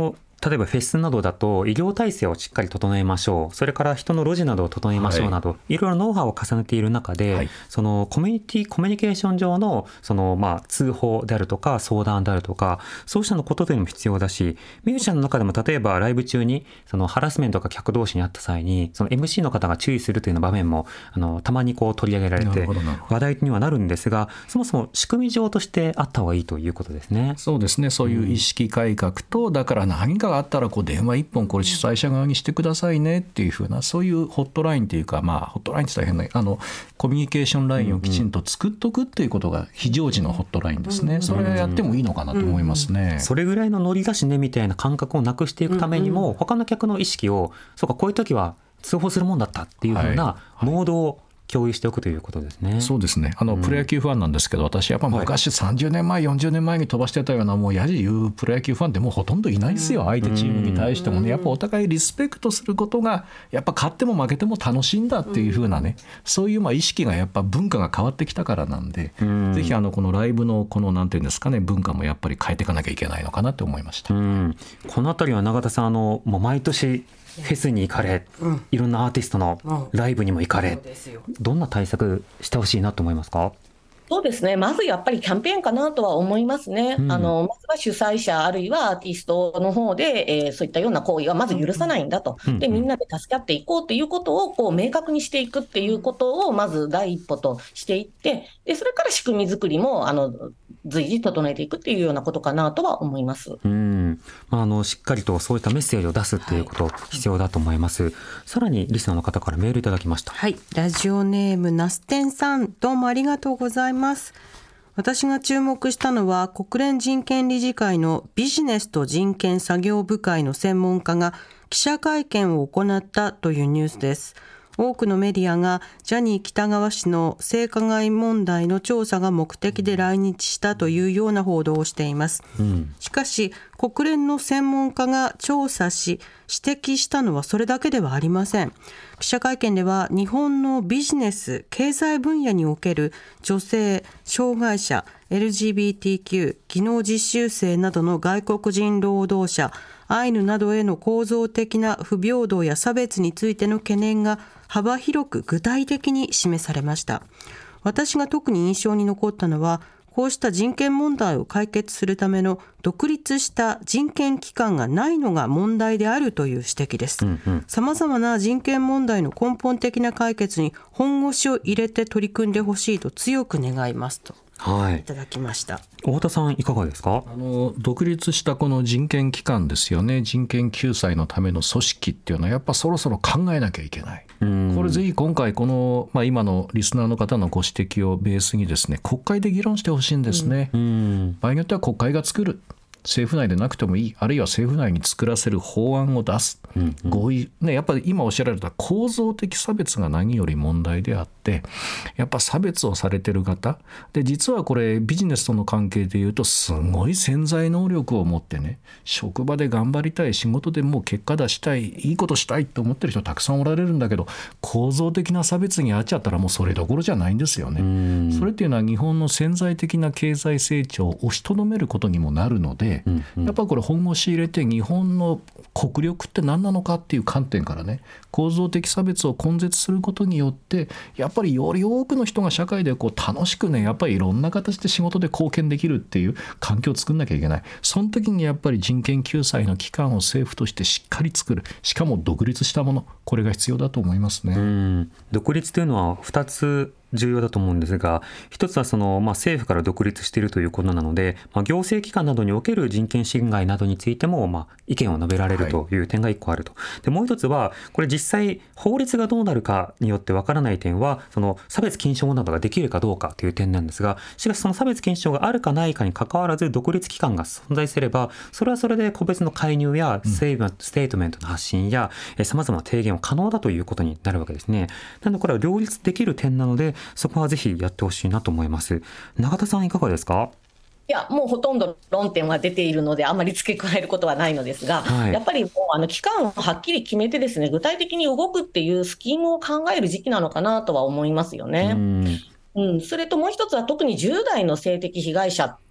例えばフェスなどだと医療体制をしっかり整えましょう、それから人の路地などを整えましょうなど、はい、いろいろノウハウを重ねている中で、はい、そのコミュニティコミュニケーション上のそのまあ通報であるとか相談であるとか、そうしたのことというのも必要だし、ミュージシャンの中でも例えばライブ中にそのハラスメントが客同士にあった際にその エムシー の方が注意するというような場面もあのたまにこう取り上げられて話題にはなるんですが、そもそも仕組み上としてあった方がいいということですね。 そうですね、そういう意識改革と、うん、だから何かがあったらこう電話一本これ主催者側にしてくださいねっていう風な、そういうホットラインというか、まあホットラインって大変なあのコミュニケーションラインをきちんと作っとくっていうことが非常時のホットラインですね。それはやってもいいのかなと思いますね。うんうん、 それぐらいのノリだしねみたいな感覚をなくしていくためにも、うんうん、他の客の意識を、そうかこういう時は通報するもんだったっていう風なモードを共有しておくということですね。はいはい、 そうですね。あのプロ野球ファンなんですけど、うん、私やっぱ昔さんじゅうねんまえよんじゅうねんまえに飛ばしてたようなもうやじ言うプロ野球ファンってもうほとんどいないですよ。相手チームに対してもね、やっぱお互いリスペクトすることがやっぱ勝っても負けても楽しいんだっていう風なね、そういうまあ意識がやっぱ文化が変わってきたからなんで、ぜひあのこのライブのこのなんていうんですかね、文化もやっぱり変えていかなきゃいけないのかなと思いました。 うん、このあたりは永田さん、あのもう毎年フェスに行かれ、うん、いろんなアーティストのライブにも行かれ、うん、どんな対策してほしいなと思いますか？ そうですね、まずやっぱりキャンペーンかなとは思いますね。うん、あのまずは主催者あるいはアーティストの方で、えー、そういったような行為はまず許さないんだと、うん、でみんなで助け合っていこうということをこう明確にしていくっていうことをまず第一歩としていって、でそれから仕組み作りもあの随時整えていくっていうようなことかなとは思います。 うん、まあ、あのしっかりとそういったメッセージを出すっていうこと、はい、必要だと思います。さらにリスナーの方からメールいただきました。 はい、ラジオネームナステンさん、どうもありがとうございます。私が注目したのは国連人権理事会のビジネスと人権作業部会の専門家が記者会見を行ったというニュースです。多くのメディアがジャニー喜多川氏の性加害問題の調査が目的で来日したというような報道をしています。うん、しかし国連の専門家が調査し指摘したのはそれだけではありません。記者会見では日本のビジネス・経済分野における女性、障害者、エルジービーティーキュー、技能実習生などの外国人労働者、アイヌなどへの構造的な不平等や差別についての懸念が幅広く具体的に示されました。私が特に印象に残ったのは、こうした人権問題を解決するための独立した人権機関がないのが問題であるという指摘です。さまざまな人権問題の根本的な解決に本腰を入れて取り組んでほしいと強く願いますと、はい、いただきました。 太田さんいかがですか？ あの独立したこの人権機関ですよね。人権救済のための組織っていうのはやっぱそろそろ考えなきゃいけない。これぜひ今回この、まあ、今のリスナーの方のご指摘をベースにですね、国会で議論してほしいんですね。場合によっては国会が作る、政府内でなくてもいい、あるいは政府内に作らせる法案を出す、うんうん、合意、ね、やっぱり今おっしゃられた構造的差別が何より問題であって、やっぱ差別をされてる方で、実はこれビジネスとの関係でいうとすごい潜在能力を持ってね、職場で頑張りたい、仕事でもう結果出したい、いいことしたいと思ってる人たくさんおられるんだけど、構造的な差別に遭っちゃったらもうそれどころじゃないんですよね。それっていうのは日本の潜在的な経済成長を押しとどめることにもなるので、うんうん、やっぱりこれ本腰入れて日本の国力って何なのかっていう観点からね、構造的差別を根絶することによってやっぱりより多くの人が社会でこう楽しくね、やっぱりいろんな形で仕事で貢献できるっていう環境を作んなきゃいけない。その時にやっぱり人権救済の機関を政府としてしっかり作る、しかも独立したもの、これが必要だと思いますね。 うん、独立というのはふたつ重要だと思うんですが、一つはその、まあ、政府から独立しているということなので、まあ、行政機関などにおける人権侵害などについても、まあ、意見を述べられるという点が一個あると。でもう一つはこれ実際法律がどうなるかによってわからない点は、その差別禁止法などができるかどうかという点なんですが、しかしその差別禁止法があるかないかにかかわらず独立機関が存在すれば、それはそれで個別の介入やステートメントの発信やさまざまな提言を可能だということになるわけですね。なのでこれは両立できる点なので、そこはぜひやってほしいなと思います。永田さんいかがですか？ いや、もうほとんど論点は出ているのであまり付け加えることはないのですが、はい、やっぱりもうあの期間をはっきり決めてですね、具体的に動くっていうスキームを考える時期なのかなとは思いますよね。うん、うん、それともう一つは特にじゅう代の性的被害者っ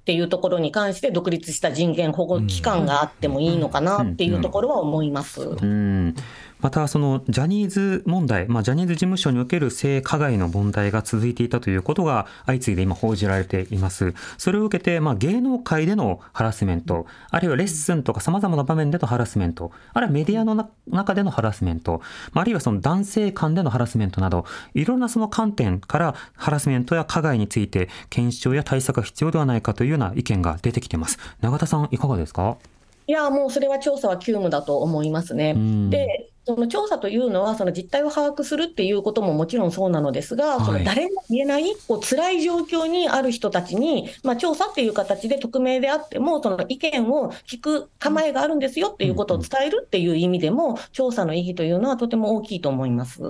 っていうところに関して独立した人権保護機関があってもいいのかなっていうところは思います。 うん、またそのジャニーズ問題、まあ、ジャニーズ事務所における性加害の問題が続いていたということが相次いで今報じられています。それを受けて、まあ、芸能界でのハラスメント、あるいはレッスンとかさまざまな場面でのハラスメント、あるいはメディアのな中でのハラスメント、あるいはその男性間でのハラスメントなど、いろんなその観点からハラスメントや加害について検証や対策が必要ではないかというような意見が出てきています。永田さんいかがですか？ いや、もうそれは調査は急務だと思いますね。で、その調査というのは、その実態を把握するっていうことももちろんそうなのですが、はい、その誰も言えない、こう辛い状況にある人たちに、まあ、調査っていう形で匿名であっても、その意見を聞く構えがあるんですよっていうことを伝えるっていう意味でも、調査の意義というのはとても大きいと思います。 うん、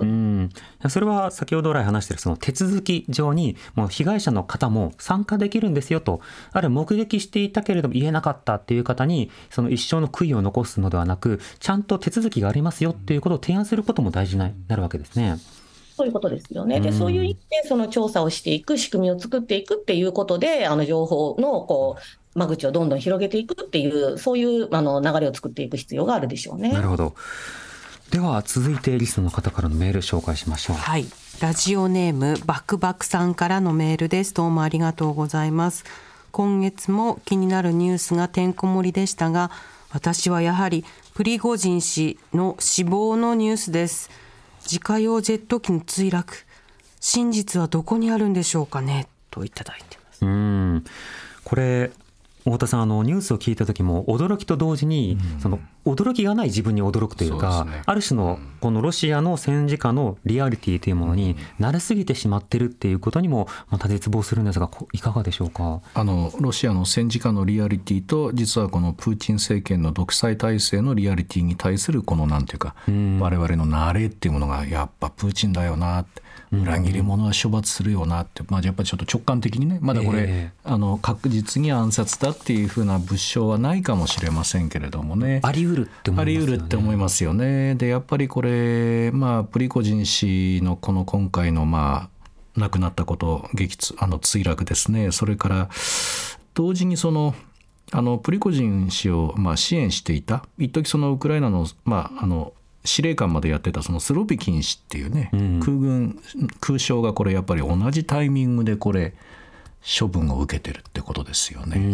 それは先ほど来話しているその手続き上に、もう被害者の方も参加できるんですよと、あるいは目撃していたけれども言えなかったっていう方に、その一生の悔いを残すのではなく、ちゃんと手続きがありますよっていうことを提案することも大事になるわけですね。 そういうことですよね。で、そういう意味でその調査をしていく、仕組みを作っていくっていうことで、あの情報のこう間口をどんどん広げていくっていう、そういうあの流れを作っていく必要があるでしょうね。 なるほど。では続いてリストの方からのメール紹介しましょう。 はい、ラジオネームバクバクさんからのメールです。どうもありがとうございます。今月も気になるニュースがてんこ盛りでしたが、私はやはりプリゴジン氏の死亡のニュースです。自家用ジェット機の墜落、真実はどこにあるんでしょうかね、といただいてます。 うーん、これ太田さん、あのニュースを聞いた時も驚きと同時に、うん、その驚きがない自分に驚くというか、う、ね、ある種のこのロシアの戦時下のリアリティというものに慣れすぎてしまってるっていうことにもまた絶望するんですが、いかがでしょうか？ あのロシアの戦時下のリアリティと、実はこのプーチン政権の独裁体制のリアリティに対するこのなんていうか、うん、我々の慣れっていうものがやっぱプーチンだよなって、裏切り者は処罰するよなって、まあ、やっぱりちょっと直感的にね、まだこれ、えー、あの確実に暗殺だっていうふうな物証はないかもしれませんけれどもね、 あり得るって思いますよね。 あり得るって思いますよね。でやっぱりこれ、まあ、プリゴジン氏のこの今回のまあ亡くなったこと、撃墜あの墜落ですね、それから同時にそのあのプリゴジン氏をまあ支援していた、一時そのウクライナの、まあ、あの司令官までやってたそのスロビキン氏っていうね、うん、空軍空将がこれやっぱり同じタイミングでこれ処分を受けてるってことですよね。うん、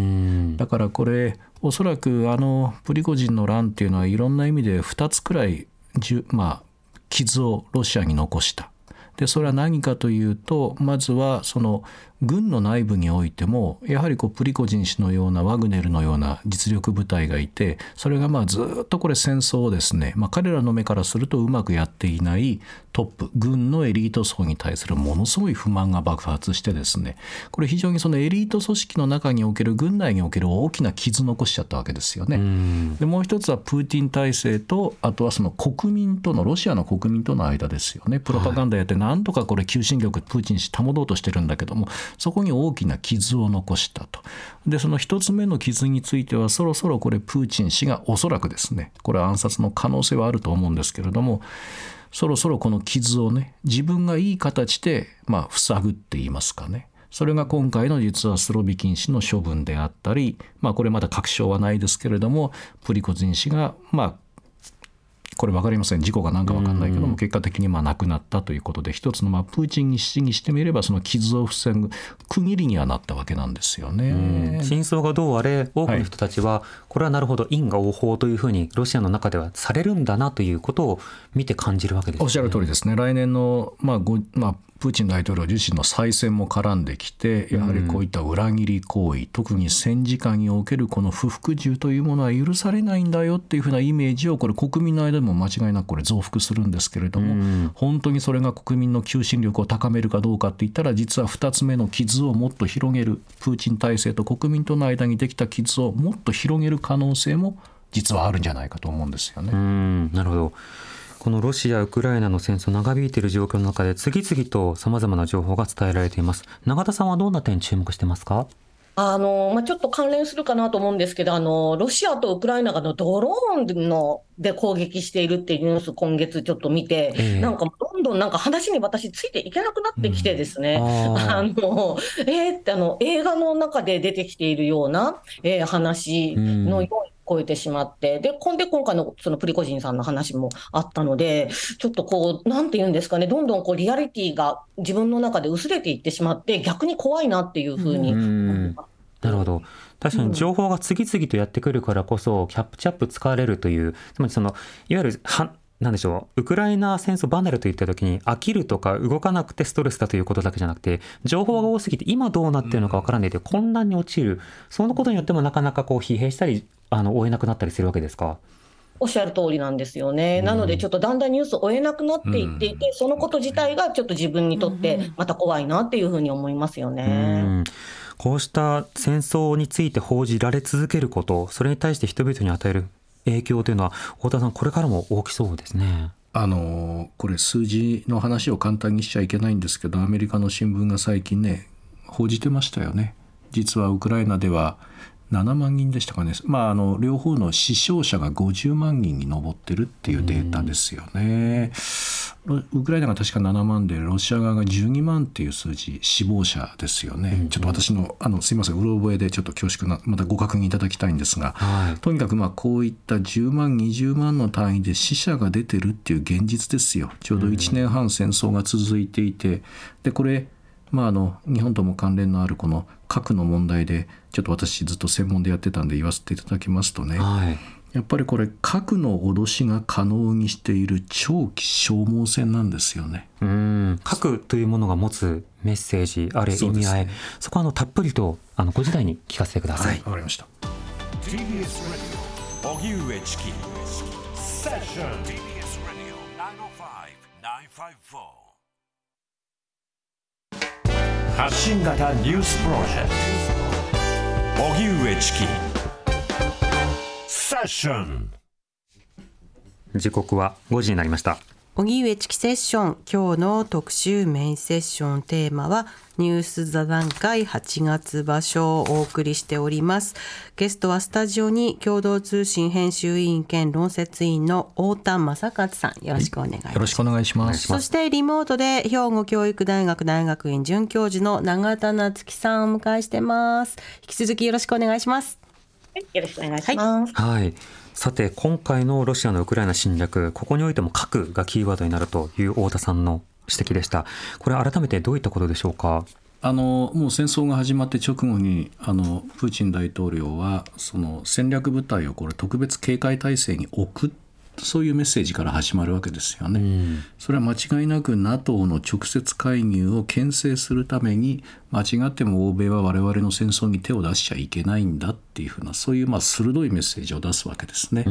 だからこれおそらくあのプリゴジンの乱っていうのはいろんな意味でふたつくらい、まあ、傷をロシアに残した。でそれは何かというと、まずはその軍の内部においてもやはりこうプリゴジン氏のようなワグネルのような実力部隊がいて、それがまあずっとこれ戦争をですね、まあ、彼らの目からするとうまくやっていないトップ軍のエリート層に対するものすごい不満が爆発してですね、これ非常にそのエリート組織の中における軍内における大きな傷を残しちゃったわけですよね。でもう一つはプーチン体制と、あとはその国民との、ロシアの国民との間ですよね。プロパガンダやってなんとかこれ求心力プーチン氏保とうとしてるんだけども、そこに大きな傷を残したと。でその一つ目の傷については、そろそろこれプーチン氏がおそらくですね、これは暗殺の可能性はあると思うんですけれども、そろそろこの傷をね、自分がいい形でまあ塞ぐって言いますかね、それが今回の実はスロビキン氏の処分であったり、まあこれまだ確証はないですけれども、プリゴジン氏がまあこれ分かりません、事故が何か分かんないけども、結果的にまあ亡くなったということで、一つのまあプーチン氏にしてみればその傷を防ぐ区切りにはなったわけなんですよね。 真相がどうあれ、多くの人たちはこれはなるほど因果応報というふうにロシアの中ではされるんだなということを見て感じるわけですね。 おっしゃる通りですね。来年のまあご、まあプーチン大統領自身の再選も絡んできて、やはりこういった裏切り行為、うん、特に戦時下におけるこの不服従というものは許されないんだよっていうふうなイメージをこれ国民の間でも間違いなくこれ増幅するんですけれども、うん、本当にそれが国民の求心力を高めるかどうかって言ったら、実はふたつめの傷をもっと広げる、プーチン体制と国民との間にできた傷をもっと広げる可能性も実はあるんじゃないかと思うんですよね。 うん、なるほど。このロシア・ウクライナの戦争長引いている状況の中で次々とさまざまな情報が伝えられています。永田さんはどんな点注目してますか？ あのまあ、ちょっと関連するかなと思うんですけど、あのロシアとウクライナがのドローンので攻撃しているっていうニュース、今月ちょっと見て、 ええなんかどんどんなんか話に私、ついていけなくなってきてですね、 うんあーあのえーってあの映画の中で出てきているような、えー話のように超えてしまって、で、こんで今回のそのプリゴジンさんの話もあったので、ちょっとこう、なんて言うんですかね、どんどんこうリアリティが自分の中で薄れていってしまって、逆に怖いなっていうふうにう思いんます。 なるほど。確かに情報が次々とやってくるからこそ、キャップチャップ使れるという、つまりその、いわゆる、は、なんでしょう、ウクライナ戦争離れといった時に、飽きるとか動かなくてストレスだということだけじゃなくて、情報が多すぎて今どうなってるのかわからないで混乱に陥る。そのことによってもなかなかこう疲弊したり、あの、追えなくなったりするわけですか。 おっしゃる通りなんですよね。なので、ちょっとだんだんニュースを追えなくなっていっていて、そのこと自体がちょっと自分にとってまた怖いなっていうふうに思いますようね。 んこうした戦争について報じられ続けること、それに対して人々に与える影響というのは、太田さん、これからも大きそうですね。 あのこれ数字の話を簡単にしちゃいけないんですけど、アメリカの新聞が最近ね報じてましたよね。実はウクライナではななまんにんでしたかね、まあ、あの両方の死傷者がごじゅうまんにんに上ってるっていうデータですよね。ウクライナが確かななまんで、ロシア側がじゅうにまんっていう数字、死亡者ですよね。ちょっと私の、あのすいません、うろ覚えでちょっと恐縮な、またご確認いただきたいんですが、 はい、 とにかくまあこういったじゅうまんにじゅうまんの単位で死者が出てるっていう現実ですよ。ちょうどいちねんはん戦争が続いていて、でこれまあ、あの日本とも関連のあるこの核の問題で、ちょっと私ずっと専門でやってたんで言わせていただきますとね、 はい、 やっぱりこれ核の脅しが可能にしている長期消耗戦なんですよね。 うん核というものが持つメッセージ、ある意味合い、 そ,、ね、そこはあのたっぷりとあのご時代に聞かせてください。 わ、はい、かりました。 ティービーエス ラジオ荻上チキセッション ティービーエス ラジオきゅうまるご きゅうごよん発信型ニュースプロジェクト荻上チキセッション。 時刻はごじになりました。 荻上チキセッション、今日の特集メインセッションテーマはニュース座談会はちがつ場所をお送りしております。ゲストはスタジオに共同通信編集委員兼論説委員の太田正勝さん、よろしくお願いします。 よろしくお願いします。 そしてリモートで兵庫教育大学大学院准教授の永田夏樹さんをお迎えしてます。引き続きよろしくお願いします。 よろしくお願いします。 はい、はい、さて今回のロシアのウクライナ侵略、ここにおいても核がキーワードになるという太田さんの指摘でした。これ改めてどういったことでしょうか。 あのもう戦争が始まって直後にあのプーチン大統領はその戦略部隊をこれ特別警戒態勢に置く、そういうメッセージから始まるわけですよね。うん、それは間違いなく ナトー の直接介入を牽制するために、間違っても欧米は我々の戦争に手を出しちゃいけないんだっていうふうな、そういうまあ鋭いメッセージを出すわけですね。うん、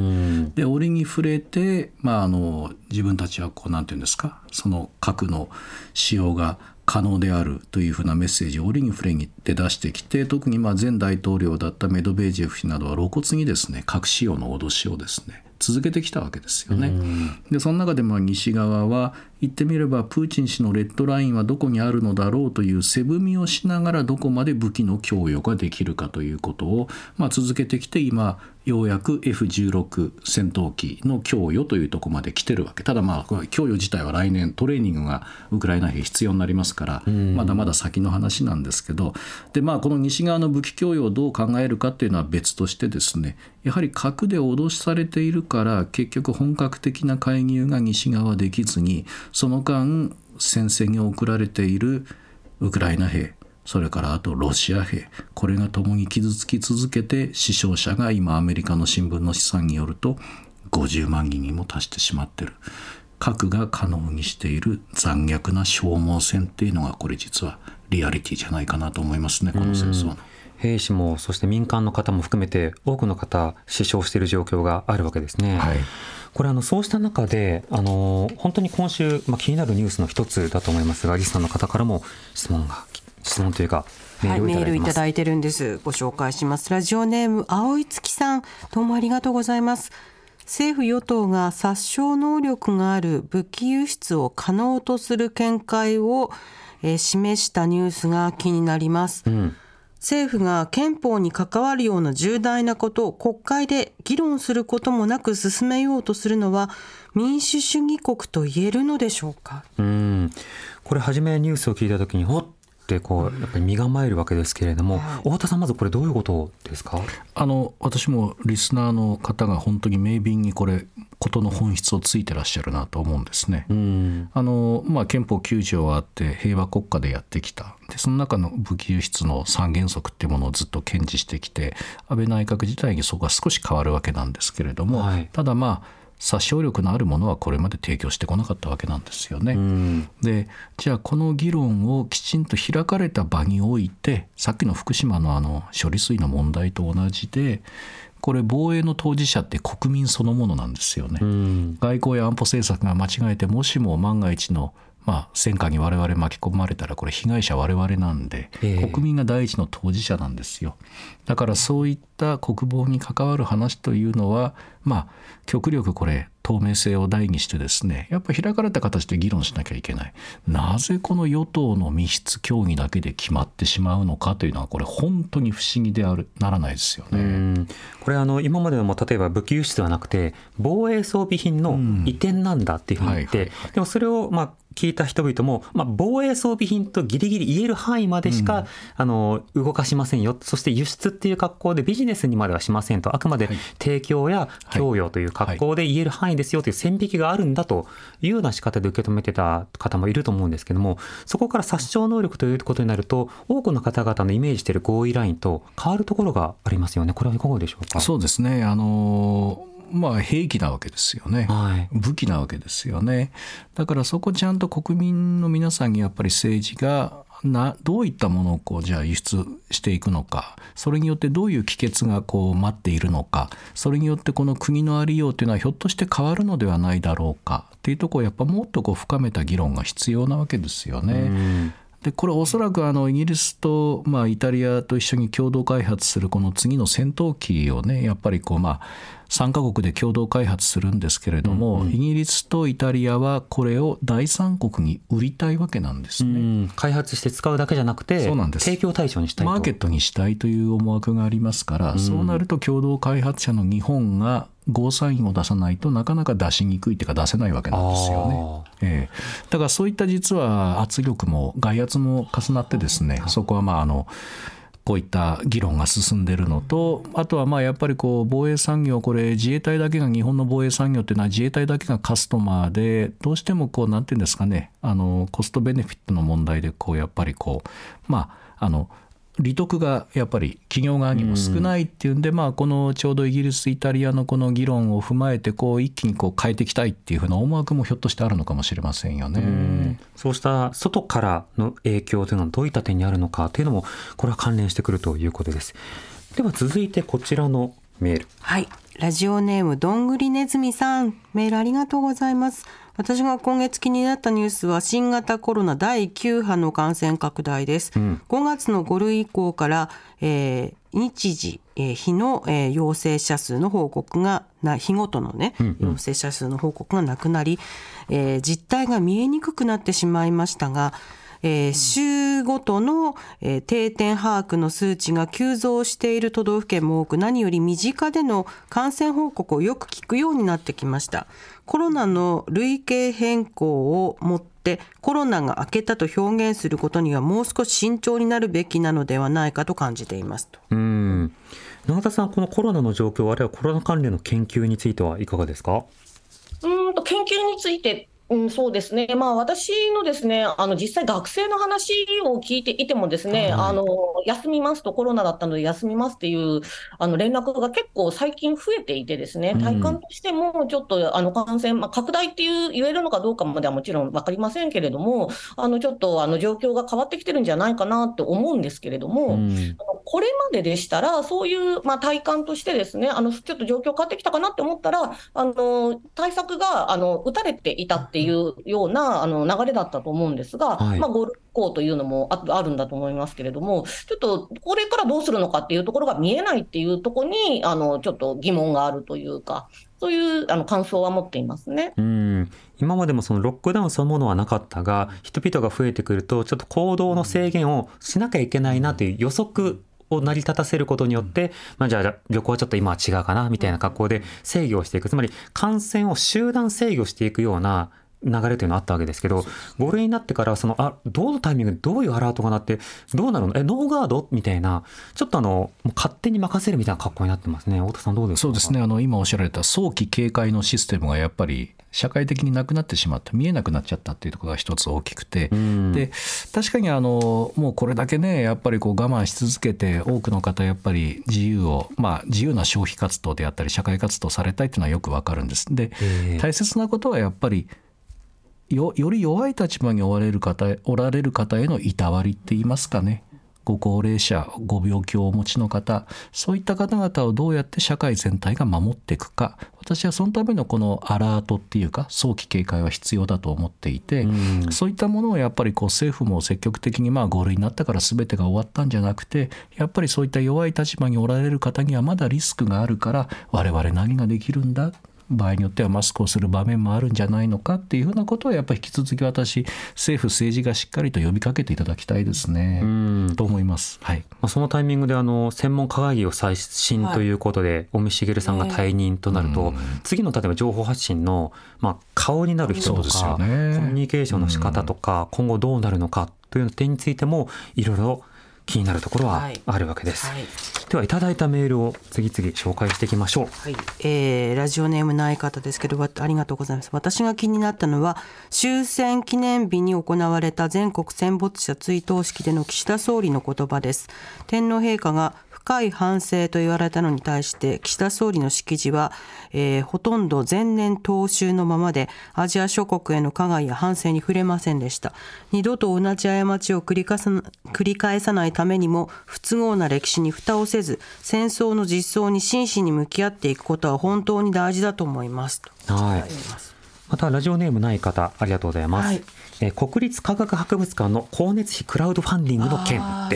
で折に触れて、まあ、あの自分たちはこうなんていうんですか、その核の使用が可能であるというふうなメッセージを折に触れて出してきて、特にまあ前大統領だったメドベージェフ氏などは露骨にですね、核使用の脅しをですね続けてきたわけですよね。でその中でまあ西側は言ってみればプーチン氏のレッドラインはどこにあるのだろうという背踏みをしながら、どこまで武器の供与ができるかということをまあ続けてきて、今ようやく エフじゅうろく 戦闘機の供与というところまで来てるわけ。ただまあ供与自体は来年トレーニングがウクライナ兵必要になりますから、まだまだ先の話なんですけど、でまあこの西側の武器供与をどう考えるかっていうのは別としてですね、やはり核で脅しされているから結局本格的な介入が西側できずに、その間戦線に送られているウクライナ兵、それからあとロシア兵、これが共に傷つき続けて死傷者が今アメリカの新聞の試算によるとごじゅうまんにんにも達してしまっている。核が可能にしている残虐な消耗戦っていうのがこれ実はリアリティじゃないかなと思いますね、この戦争の。 兵士もそして民間の方も含めて多くの方死傷している状況があるわけですね。はい、これあのそうした中であの本当に今週、まあ、気になるニュースの一つだと思いますが、リスナーの方からも質問が質問というかメールをいただいてます。はい、メールいただいてるんです。ご紹介します。ラジオネーム青い月さん、どうもありがとうございます。政府与党が殺傷能力がある武器輸出を可能とする見解を、えー、示したニュースが気になります。うん、 政府が憲法に関わるような重大なことを国会で議論することもなく進めようとするのは民主主義国と言えるのでしょうか。 うん、これ初めニュースを聞いたときにおっってこうやっぱり身構えるわけですけれども、はい、太田さんまずこれどういうことですか。 あの私もリスナーの方が本当に明敏にこれことの本質をついてらっしゃるなと思うんですね。うんあの、まあ、憲法きゅう条あって平和国家でやってきた。でその中の武器輸出の三原則っていうものをずっと堅持してきて、安倍内閣自体にそこが少し変わるわけなんですけれども、はい、ただまあ殺傷力のあるものはこれまで提供してこなかったわけなんですよね。うんでじゃあこの議論をきちんと開かれた場において、さっきの福島のあの処理水の問題と同じで、これ防衛の当事者って国民そのものなんですよね。うん外交や安保政策が間違えて、もしも万が一のまあ、戦火に我々巻き込まれたらこれ被害者我々なんで、えー、国民が第一の当事者なんですよ。だからそういった国防に関わる話というのは、まあ、極力これ透明性を大にしてですね、やっぱり開かれた形で議論しなきゃいけない。なぜこの与党の密室協議だけで決まってしまうのかというのは、これ本当に不思議であるならないですよね。うんこれあの今までのも例えば武器輸出ではなくて防衛装備品の移転なんだっていうふうに言って、でもそれをまあ聞いた人々も、まあ、防衛装備品とギリギリ言える範囲までしか、うん、あの動かしませんよ。そして輸出っていう格好でビジネスにまではしませんと、あくまで提供や供与という格好で言える範囲ですよという線引きがあるんだというような仕方で受け止めてた方もいると思うんですけども、そこから殺傷能力ということになると多くの方々のイメージしている合意ラインと変わるところがありますよね。これはいかがでしょうか。 そうですね、あのーまあ、兵器なわけですよね、はい、武器なわけですよね。だからそこちゃんと国民の皆さんにやっぱり政治がなどういったものをこうじゃあ輸出していくのか、それによってどういう帰結がこう待っているのか、それによってこの国のありようというのはひょっとして変わるのではないだろうかっていうところをやっぱもっとこう深めた議論が必要なわけですよね。うんでこれおそらくあのイギリスと、まあ、イタリアと一緒に共同開発するこの次の戦闘機をね、やっぱりこう、まあ、さんカ国で共同開発するんですけれども、うんうん、イギリスとイタリアはこれを第三国に売りたいわけなんですね。うん開発して使うだけじゃなくて、そうなんです、提供対象にしたいと、 マーケットにしたいという思惑がありますから、うん、そうなると共同開発者の日本がゴーサインを出さないとなかなか出しにくいというか出せないわけなんですよね。ええ、だからそういった実は圧力も外圧も重なってですね、そこはまああのこういった議論が進んでいるのと、あとはまあやっぱりこう防衛産業、これ自衛隊だけが、日本の防衛産業っていうのは自衛隊だけがカスタマーで、どうしてもこうなんていうんですかね、あのコストベネフィットの問題でこうやっぱりこうまああの利得がやっぱり企業側にも少ないっていうんで、まあこのちょうどイギリスイタリアのこの議論を踏まえてこう一気にこう変えていきたいっていうふうな思惑もひょっとしてあるのかもしれませんよね。 うんそうした外からの影響というのはどういった点にあるのかというのもこれは関連してくるということです。では続いてこちらのメール。 はい、ラジオネームどんぐりねずみさん、メールありがとうございます。私が今月気になったニュースは新型コロナだいきゅう波の感染拡大です、うん、ごがつのご類以降から、えー、日時、えー、日の、えー、陽性者数の報告がな日ごとのね、うんうん、陽性者数の報告がなくなり、えー、実態が見えにくくなってしまいましたが、えー、週ごとの、えー、定点把握の数値が急増している都道府県も多く、何より身近での感染報告をよく聞くようになってきました。コロナの類型変更をもってコロナが明けたと表現することにはもう少し慎重になるべきなのではないかと感じていますと。 うーん永田さん、このコロナの状況、あるいはコロナ関連の研究についてはいかがですか。 うーんと研究についてうん、そうですね、まあ、私のですね、あの実際学生の話を聞いていてもですね、はい、あの休みますと、コロナだったので休みますっていうあの連絡が結構最近増えていてですね、体感としてもちょっとあの感染、まあ、拡大っていう言えるのかどうかまではもちろん分かりませんけれども、あのちょっとあの状況が変わってきてるんじゃないかなって思うんですけれども、うん、あのこれまででしたらそういう、まあ、体感としてですね、あのちょっと状況変わってきたかなって思ったら、あの対策があの打たれていたっていうようなあの流れだったと思うんですが、はい、まあ、ご類以降というのも あ, あるんだと思いますけれども、ちょっとこれからどうするのかっていうところが見えないっていうところにあのちょっと疑問があるというか、そういうあの感想は持っていますね。 うん、今までもそのロックダウンそのものはなかったが、人々が増えてくるとちょっと行動の制限をしなきゃいけないなという予測を成り立たせることによって、まあ、じゃあ旅行はちょっと今は違うかなみたいな格好で制御をしていく、つまり感染を集団制御していくような流れというのがあったわけですけど、ご類になってからそのあどのタイミングでどういうアラートが鳴ってどうなるのえノーガードみたいな、ちょっとあのもう勝手に任せるみたいな格好になってますね。太田さんどうですか？ そうですね、あの今おっしゃられた早期警戒のシステムがやっぱり社会的になくなってしまった、見えなくなっちゃったっていうところが一つ大きくて、で確かにあのもうこれだけねやっぱりこう我慢し続けて多くの方やっぱり自由を、まあ、自由な消費活動であったり社会活動されたいっていうのはよくわかるんです。で大切なことはやっぱりよ, より弱い立場におられる方おられる方へのいたわりって言いますかね、ご高齢者ご病気をお持ちの方、そういった方々をどうやって社会全体が守っていくか、私はそのためのこのアラートっていうか早期警戒は必要だと思っていて、うん、そういったものをやっぱりこう政府も積極的にまあご類になったから全てが終わったんじゃなくて、やっぱりそういった弱い立場におられる方にはまだリスクがあるから我々何ができるんだ、場合によってはマスクをする場面もあるんじゃないのかっていうふうなことをやっぱり引き続き私政府政治がしっかりと呼びかけていただきたいですね、うんと思います、はい。 そのタイミングであの専門家会議を刷新ということで、はい、尾身茂さんが退任となると、次の例えば情報発信の、まあ、顔になる人とか、ね、コミュニケーションの仕方とか、今後どうなるのかという点についてもいろいろ気になるところはあるわけです、はいはい。ではいただいたメールを次々紹介していきましょう、 はい。えー、ラジオネームない方ですけどありがとうございます。私が気になったのは終戦記念日に行われた全国戦没者追悼式での岸田総理の言葉です。天皇陛下が深い反省と言われたのに対して岸田総理の式辞は、えー、ほとんど前年踏襲のままでアジア諸国への加害や反省に触れませんでした。二度と同じ過ちを繰り返さな、繰り返さないためにも不都合な歴史に蓋をせず戦争の実相に真摯に向き合っていくことは本当に大事だと思いますと。 はい。またラジオネームない方ありがとうございます、はい。えー、国立科学博物館の光熱費クラウドファンディングの件です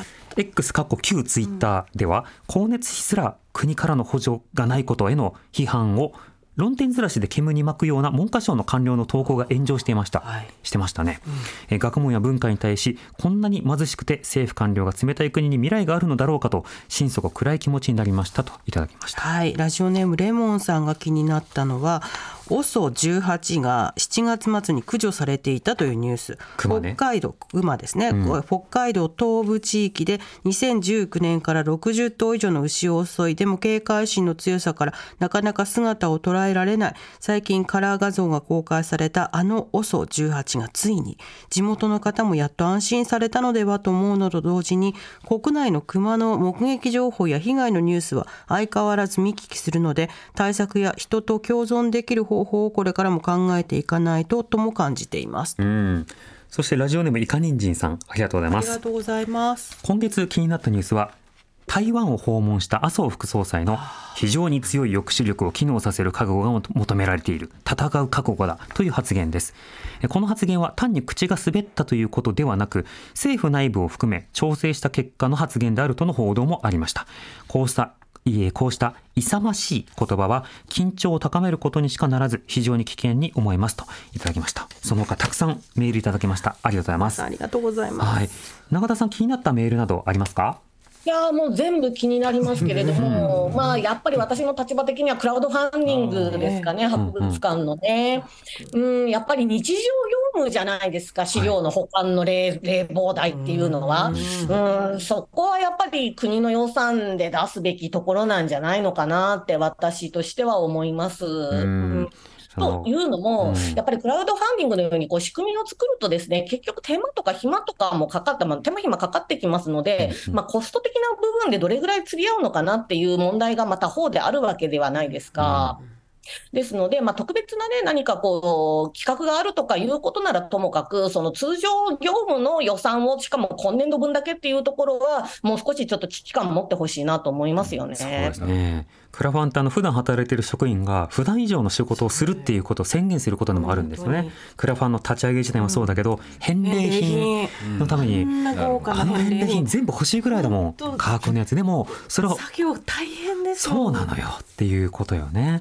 。X 過去旧ツイッターでは、光熱費すら国からの補助がないことへの批判を論点ずらしで煙に巻くような文科省の官僚の投稿が炎上していました、はい、してましたね、うん、え学問や文化に対しこんなに貧しくて政府官僚が冷たい国に未来があるのだろうかと心底暗い気持ちになりましたといただきました、 はい。ラジオネームレモンさんが気になったのはオソじゅうはちがしちがつ末に駆除されていたというニュース。熊ね、北海道熊ですね、うん、北海道東部地域でにせんじゅうきゅうねんからろくじゅっとう以上の牛を襲い、でも警戒心の強さからなかなか姿を捉えられない、最近カラー画像が公開されたあのオソじゅうはちがついに地元の方もやっと安心されたのではと思うのと同時に、国内の熊の目撃情報や被害のニュースは相変わらず見聞きするので、対策や人と共存できる方法をこれからも考えていかないととも感じています。 うん。そしてラジオネームイカニンジンさんありがとうございます。 ありがとうございます。 今月気になったニュースは台湾を訪問した麻生副総裁の非常に強い抑止力を機能させる覚悟が求められている、戦う覚悟だという発言です。この発言は単に口が滑ったということではなく、政府内部を含め調整した結果の発言であるとの報道もありました。こうしたこうした勇ましい言葉は緊張を高めることにしかならず非常に危険に思いますといただきました。その他たくさんメールいただきました。ありがとうございます。 ありがとうございます、 はい、永田さん気になったメールなどありますか？ いやもう全部気になりますけれどもまあやっぱり私の立場的にはクラウドファンディングですかね、博物館のね、うん、やっぱり日常業務じゃないですか、資料の保管の 例, 例膨大っていうのは、うん、そこはやっぱり国の予算で出すべきところなんじゃないのかなって私としては思います。うんというのも、うん、やっぱりクラウドファンディングのようにこう仕組みを作るとですね、結局手間とか暇とかもかかった、まあ、手間暇かかってきますので、うんまあ、コスト的な部分でどれぐらい釣り合うのかなっていう問題がまた方であるわけではないですか、うんですので、まあ、特別な、ね、何かこう企画があるとかいうことならともかく、その通常業務の予算をしかも今年度分だけっていうところはもう少しちょっと危機感持ってほしいなと思いますよね。 そうですね。クラファンってあの普段働いている職員が普段以上の仕事をするっていうことを宣言することでもあるんですよね。クラファンの立ち上げ自体もそうだけど、うん、返礼品のために、うん、あの返礼品全部欲しいぐらいだもん、価格のやつでもそれを作業大変ですそうなのよっていうことよね。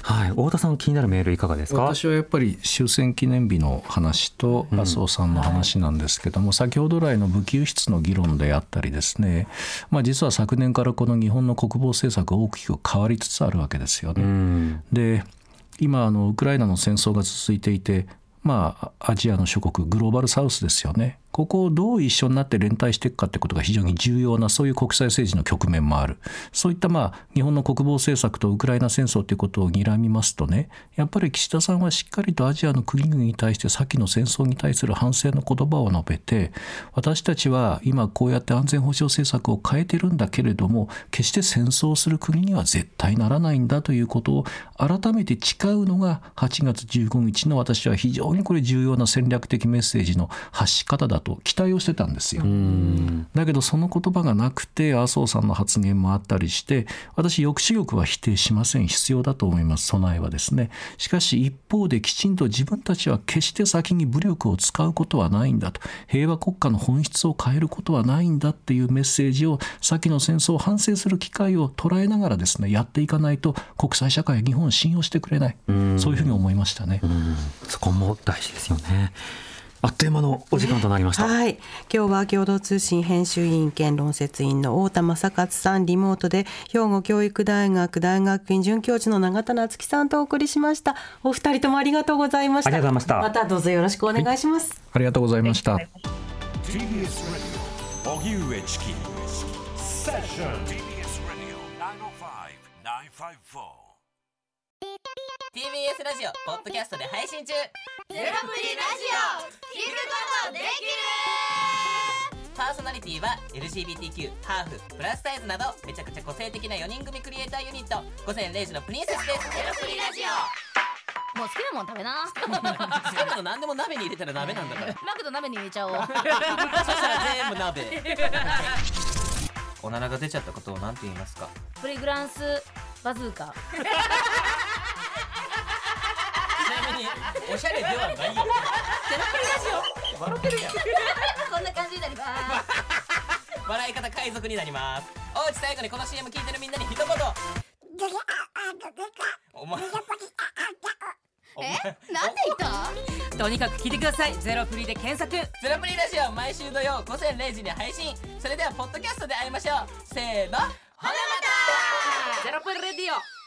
はい、太田さん気になるメールいかがですか？ 私はやっぱり終戦記念日の話と麻生さんの話なんですけども、うん、先ほど来の武器輸出の議論であったりですね、まあ、実は昨年からこの日本の国防政策大きく変わりつつあるわけですよね、うん、で今あのウクライナの戦争が続いていて、まあ、アジアの諸国グローバルサウスですよね。ここをどう一緒になって連帯していくかということが非常に重要な、そういう国際政治の局面もある。そういったまあ日本の国防政策とウクライナ戦争ということを睨みますとね、やっぱり岸田さんはしっかりとアジアの国々に対して先の戦争に対する反省の言葉を述べて、私たちは今こうやって安全保障政策を変えてるんだけれども、決して戦争をする国には絶対ならないんだということを改めて誓うのがはちがつじゅうごにちの私は非常にこれ重要な戦略的メッセージの発し方だと期待をしてたんですよ。だけどその言葉がなくて、麻生さんの発言もあったりして、私抑止力は否定しません。必要だと思います。備えはですね。しかし一方できちんと自分たちは決して先に武力を使うことはないんだと、平和国家の本質を変えることはないんだっていうメッセージを、先の戦争を反省する機会を捉えながらですね、やっていかないと国際社会は日本を信用してくれない。うそういうふうに思いましたね。 うんそこも大事ですよね。あっという間のお時間となりました、 はい、今日は共同通信編集委員兼論説員の太田正勝さん、リモートで兵庫教育大学大学院准教授の永田夏樹さんとお送りしました。お二人ともありがとうございました。 ありがとうございました。 またどうぞよろしくお願いします、はい、 ありがとうございました。 ティービーエス ラジオ荻上チキセッション ティービーエス ラジオきゅうまるご きゅうごよんティービーエス ラジオポッドキャストで配信中。 ゼロプリラジオ聞くことできる。 パーソナリティは エルジービーティーキュー、ハーフ、プラスサイズなどめちゃくちゃ個性的なよにん組クリエイターユニット午前れいじのプリンセスです。 ゼロプリラジオもう好きなもん食べな。 好きなの何でも鍋に入れたら鍋なんだから。 マクド鍋に入れちゃおう。 そしたら全部鍋。おならが出ちゃったことを何て言いますか？ プリグランスバズーカ。 ちなみにおしゃれではないよ。ゼロプリラジオ笑ってるやん。 こんな感じになります。 笑い方海賊になります。おうち最後にこの シーエム 聞いてるみんなに一言。お前え、なんて言った？ とにかく聞いてください。ゼロプリで検索。ゼロプリラジオ毎週土曜午前れいじに配信。それではポッドキャストで会いましょう。せーの、ほなまた。ゼロプリラジオ。